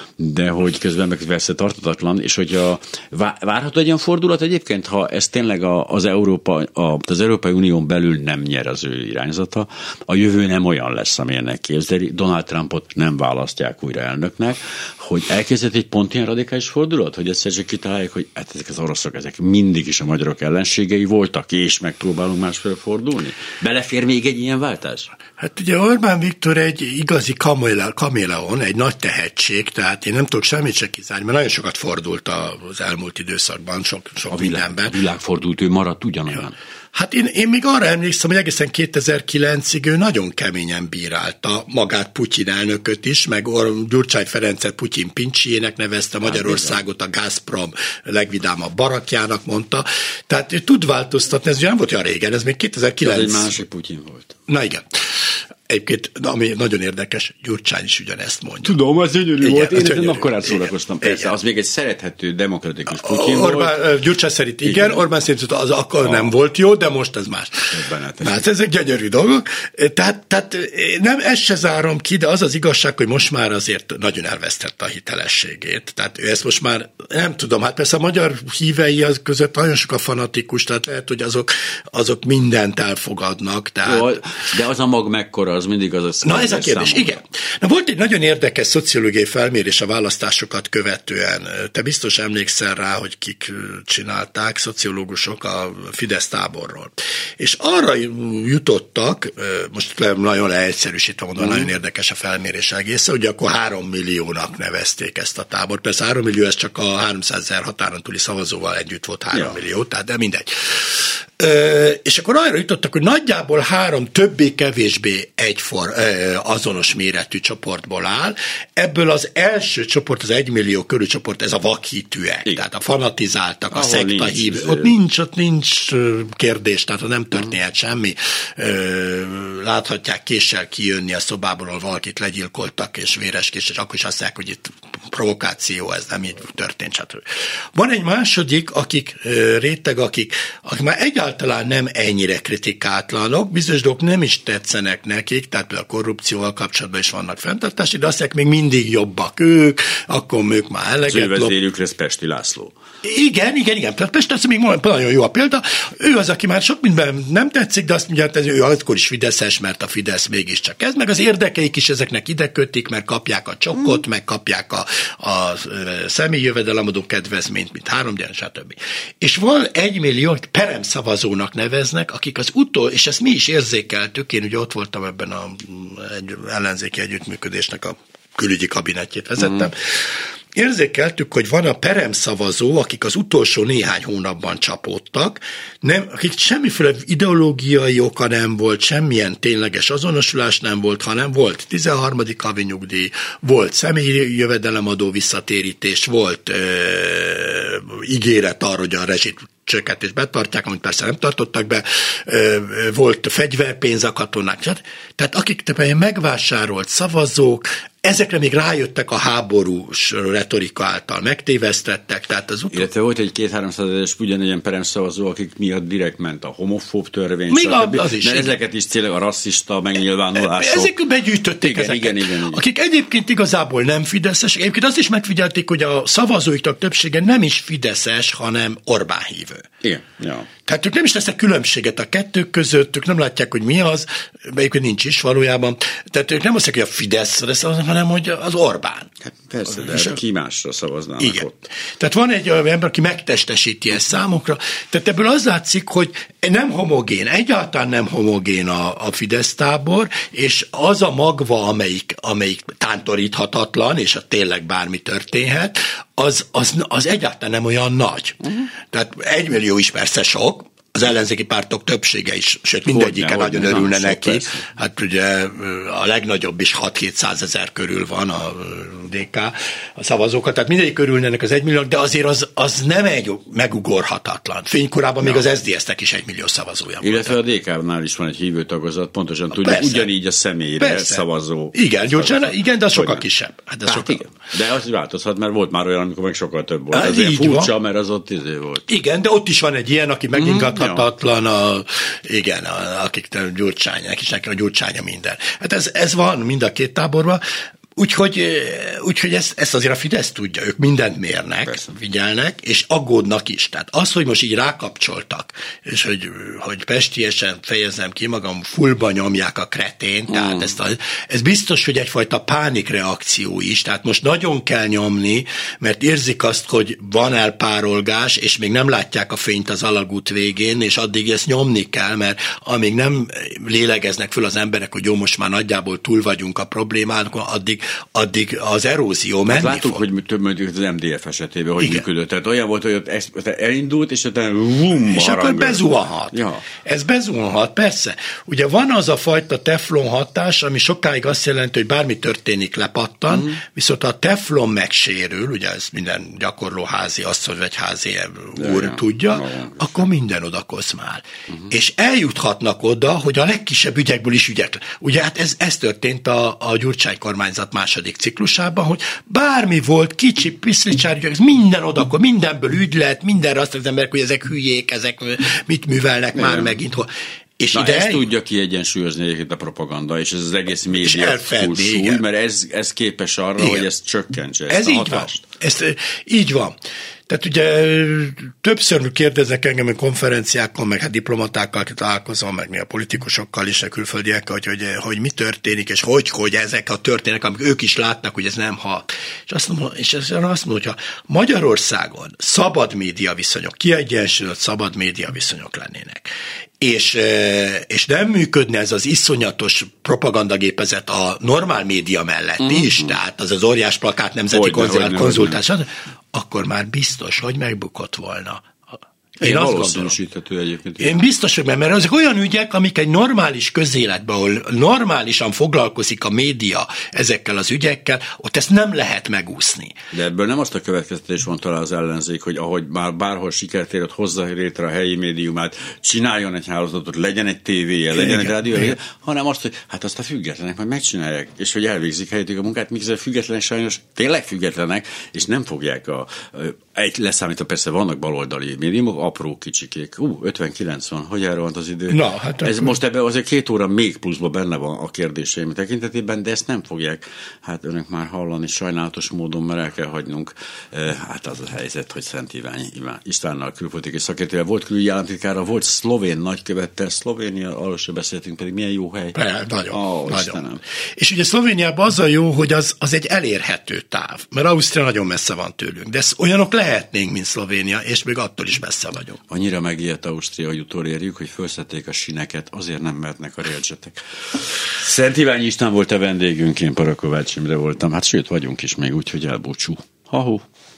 De hogy közben meg persze tartatatlan, és hogy a, várható egy olyan fordulat egyébként, ha ez tényleg a, az, Európa, a, az Európai Unión belül nem nyer az ő irányzata, a jövő nem olyan lesz, amilyennek képzeli. Donald Trumpot nem választják újra elnöknek, hogy elkezdett egy pont ilyen radikális fordulat, hogy egyszer csak kitalálják, hogy hát ezek az oroszok, ezek mindig is a magyarok ellenségei voltak, és megpróbálunk másfél fordulni. Belefér még egy ilyen váltás? Hát ugye Orbán Viktor egy igazi kaméleon, egy nagy tehetség, tehát én nem tudok semmit se kizárni, mert nagyon sokat fordult az elmúlt időszakban, sok, sok a világ, mindenben. A világ fordult, ő maradt ugyanolyan. Ja. Hát én, én még arra emlékszem, hogy egészen kétezer-kilencig ő nagyon keményen bírálta magát Putyin elnököt is, meg Gyurcsány Ferencet Putyin pincsijének nevezte, Magyarországot a Gazprom legvidámabb barakjának mondta. Tehát ő tud változtatni, ez ugye nem volt olyan régen, ez még kétezer-kilenc. Ez egy másik Putyin volt. Na igen. Egyébként, ami nagyon érdekes, Gyurcsány is ugyanezt mondja. Tudom, az gyönyörű volt. Én ezen napkorát szórakoztam. Persze, igen. Az még egy szerethető, demokratikus Putyin Orbán, volt. Gyurcsány szerint igen, igen. Orbán szerint az akkor a... nem volt jó, de most ez más. Hát ezek gyönyörű dolgok. Tehát, tehát nem ezt se zárom ki, de az az igazság, hogy most már azért nagyon elvesztette a hitelességét. Tehát ő ezt most már, nem tudom, hát persze a magyar hívei az között nagyon sok a fanatikus, tehát lehet, hogy azok, azok mindent elfogadnak. Tehát... Jó, de az a mag mekkora, az mindig az a Na ez a kérdés, számomra. Igen. Na volt egy nagyon érdekes szociológiai felmérés a választásokat követően. Te biztos emlékszel rá, hogy kik csinálták, szociológusok a Fidesz táborról. És arra jutottak, most nagyon leegyszerűsítve mondom, mm. nagyon érdekes a felmérés egészen, hogy akkor három milliónak nevezték ezt a tábort. Persze három millió, ez csak a háromszázezer határon túli szavazóval együtt volt három ja. millió, tehát de mindegy. Ö, és akkor arra jutottak, hogy nagyjából három többé-kevésbé egyfor ö, azonos méretű csoportból áll. Ebből az első csoport, az egymillió körül csoport, ez a vakhitűek, igen. Tehát a fanatizáltak, a szektahív. Ott nincs, ott nincs kérdés, tehát nem történhet semmi. Ö, láthatják késsel kijönni a szobából, ahol valakit legyilkoltak, és véres kés, és akkor is azt mondják, hogy itt provokáció, ez nem így történt. Stb. Van egy második, akik ö, réteg, akik, akik már egyáltalán nem ennyire kritikátlanok, bizonyos dolgok nem is tetszenek nekik, tehát a korrupcióval kapcsolatban is vannak fenntartási, de azt mondják, még mindig jobbak ők, akkor ők már eleget. Az ő vezérjük lesz Pesti László. Igen, igen, igen. Pest, ez még nagyon jó a példa. Ő az, aki már sok mindenben nem tetszik, de azt mondja, hogy ő akkor is fideszes, mert a Fidesz mégiscsak ez, meg az érdekeik is ezeknek ide kötik, mert kapják a csokkot, mm. meg kapják a, a személyi jövedelemadó kedvezményt, mint három gyerek, stb. És van egy millió peremszavazónak neveznek, akik az utol, és ezt mi is érzékeltük, én ugye ott voltam ebben a egy ellenzéki együttműködésnek a külügyi kabinetjét vezettem, mm. Érzékeltük, hogy van a peremszavazó, akik az utolsó néhány hónapban csapódtak, nem, akik semmiféle ideológiai oka nem volt, semmilyen tényleges azonosulás nem volt, hanem volt tizenharmadik havi nyugdíj, volt személyi jövedelemadó visszatérítés, volt ö, ígéret arra, hogy a rezsit csökkentést betartják, amit persze nem tartottak be, volt fegyverpénz a katonák. Tehát akik megvásárolt szavazók, ezekre még rájöttek a háborús retorika által, megtévesztettek. Tehát az utol... Illetve volt egy két-háromszázeres ugyanilyen peremszavazó, akik miatt direkt ment a homofób törvény. Még az is. Mert ezeket is céleg a rasszista megnyilvánulások. Ezek begyűjtötték igen, ezeket. Igen, igen, igen. Akik egyébként igazából nem fideszesek. Egyébként azt is megfigyelték, hogy a szavazóiknak többsége nem is fideszes, hanem Orbán hívő. Igen, ja. Tehát ők nem is tesznek különbséget a kettők között, ők nem látják, hogy mi az, melyik nincs is valójában. Tehát ők nem azt mondják, hogy a Fideszre szavaznak, hanem hogy az Orbán. Hát persze, de erre ki másra szavaznának igen. ott. Tehát van egy olyan ember, aki megtestesíti ezt számokra. Tehát ebből az látszik, hogy nem homogén, egyáltalán nem homogén a, a Fidesz tábor, és az a magva, amelyik, amelyik tántoríthatatlan, és a tényleg bármi történhet, az, az, az egyáltalán nem olyan nagy. Uh-huh. Tehát egymillió is persze sok, az ellenzéki pártok többsége is, sőt mindegyike nagyon ne, örülne neki. Persze. Hát ugye a legnagyobb is hat-hétszázezer körül van a dé ká, a szavazókat, tehát mindegyik örülnének az egymillió, de azért az, az nem egy megugorhatatlan. Fénykorában ja. még az es zé dé es-nek is egymillió szavazója volt. Illetve a dé ká-nál is van egy hívő tagozat, pontosan tudjuk, persze. ugyanígy a személyre persze. szavazó. Igen, gyorsan, igen, de az sokkal kisebb. Hát hát sokkal... igen. De az változhat, mert volt már olyan, amikor meg sokkal több volt. Hát azért furcsa, van. Mert az ott izé volt. Igen, de ott is van egy ilyen, aki megingathatatlan, a, igen, a, akik Gyurcsánynak is neki a Gyurcsánya minden. Hát ez, ez van mind a két táborban. Úgyhogy, úgyhogy ezt, ezt azért a Fidesz tudja, ők mindent mérnek, persze. figyelnek, és aggódnak is. Tehát az, hogy most így rákapcsoltak, és hogy, hogy pestiesen fejezem ki magam, fullba nyomják a kretén, mm. tehát ezt a, ez biztos, hogy egyfajta pánikreakció is, tehát most nagyon kell nyomni, mert érzik azt, hogy van elpárolgás, és még nem látják a fényt az alagút végén, és addig ezt nyomni kell, mert amíg nem lélegeznek föl az emberek, hogy jó, most már nagyjából túl vagyunk a problémánkon, addig addig az erózió menni hát láttuk, fog. hogy több mondjuk az em dé ef esetében, hogy igen. működött. Tehát olyan volt, hogy ott elindult, és utána vum, és akkor bezuhanhat. Ja. Ez bezuhanhat, persze. Ugye van az a fajta teflon hatás, ami sokáig azt jelenti, hogy bármi történik, lepattan, uh-huh. viszont ha a teflon megsérül, ugye ez minden gyakorló házi asszony vagy házi úr ja, tudja, ja. No, akkor minden oda koszmál. Uh-huh. És eljuthatnak oda, hogy a legkisebb ügyekből is ügyek. Ugye hát ez, ez történt a, a Gyurcsány kormányzat második ciklusában, hogy bármi volt, kicsi, piszlicsár, minden oda, akkor mindenből ügy lett, mindenre azt az emberek, hogy ezek hülyék, ezek mit művelnek nem. már megint. És Na, ide ezt el... tudja kiegyensúlyozni egyébként a propaganda, és ez az egész média túlsúly, mert ez, ez képes arra, igen. hogy ezt csökkentse, ezt ez a így hatást. Van. Ez így van. Tehát ugye többször kérdeznek engem a konferenciákon, meg hát diplomatákkal találkozom, meg mi a politikusokkal is, a külföldiekkel, hogy, hogy, hogy mi történik, és hogy, hogy ezek a történek, amik ők is látnak, hogy ez nem hat. És azt mondom, és azt mondom, hogyha Magyarországon szabad média viszonyok, kiegyensúlyozott szabad média viszonyok lennének, és, és nem működne ez az iszonyatos propagandagépezet a normál média mellett uh-huh. is, tehát az az óriás plakát nemzeti konzultáció, akkor már biztos, hogy megbukott volna. Én, Én azt gondolom. Egyébként. Én biztos, hogy mert ezek olyan ügyek, amik egy normális közéletben, ahol normálisan foglalkozik a média ezekkel az ügyekkel, ott ezt nem lehet megúszni. De ebből nem azt a következtetés van talán az ellenzék, hogy ahogy már bárhol sikert ér, ott hozza létre a helyi médiumát, csináljon egy hálózatot, legyen egy tévéje, legyen igen, egy rádiója, hanem azt, hogy hát azt a függetlenek majd megcsinálják, és hogy elvégzik helyettük a munkát, miközben a függetlenek sajnos tényleg függetlenek, és nem fogják a, egy leszámítva persze vannak baloldali médiumok, apró kicsikék. Ú, ötven-kilencven, hogy elrohant az idő? Na, hát ez akkor... most ebben azért két óra még pluszban benne van a kérdéseim tekintetében, de ezt nem fogják, hát önök már hallani sajnálatos módon, mert el kell hagynunk. Hát az a helyzet, hogy Szent Iványi Istvánnal külpolitikai szakértővel volt külügyi államtitkára, volt szlovén nagykövettel, Szlovénia, arról sem beszéltünk, pedig milyen jó hely. Be, nagyon, oh, nagyon. És ugye Szlovéniában az a jó, hogy az, az egy elérhető táv, mert Ausztria nagyon messze van tőlünk, de olyanok lehetnénk, mint Szlovénia, és még attól is messze vagyunk. Annyira megijedt Ausztria, hogy utolérjük, hogy felszették a sineket, azért nem mehetnek a railjetek. Szent Iványi István volt a vendégünk, én Parakovács Imre voltam, hát sőt vagyunk is még úgy, hogy elbúcsú. Ha-hó.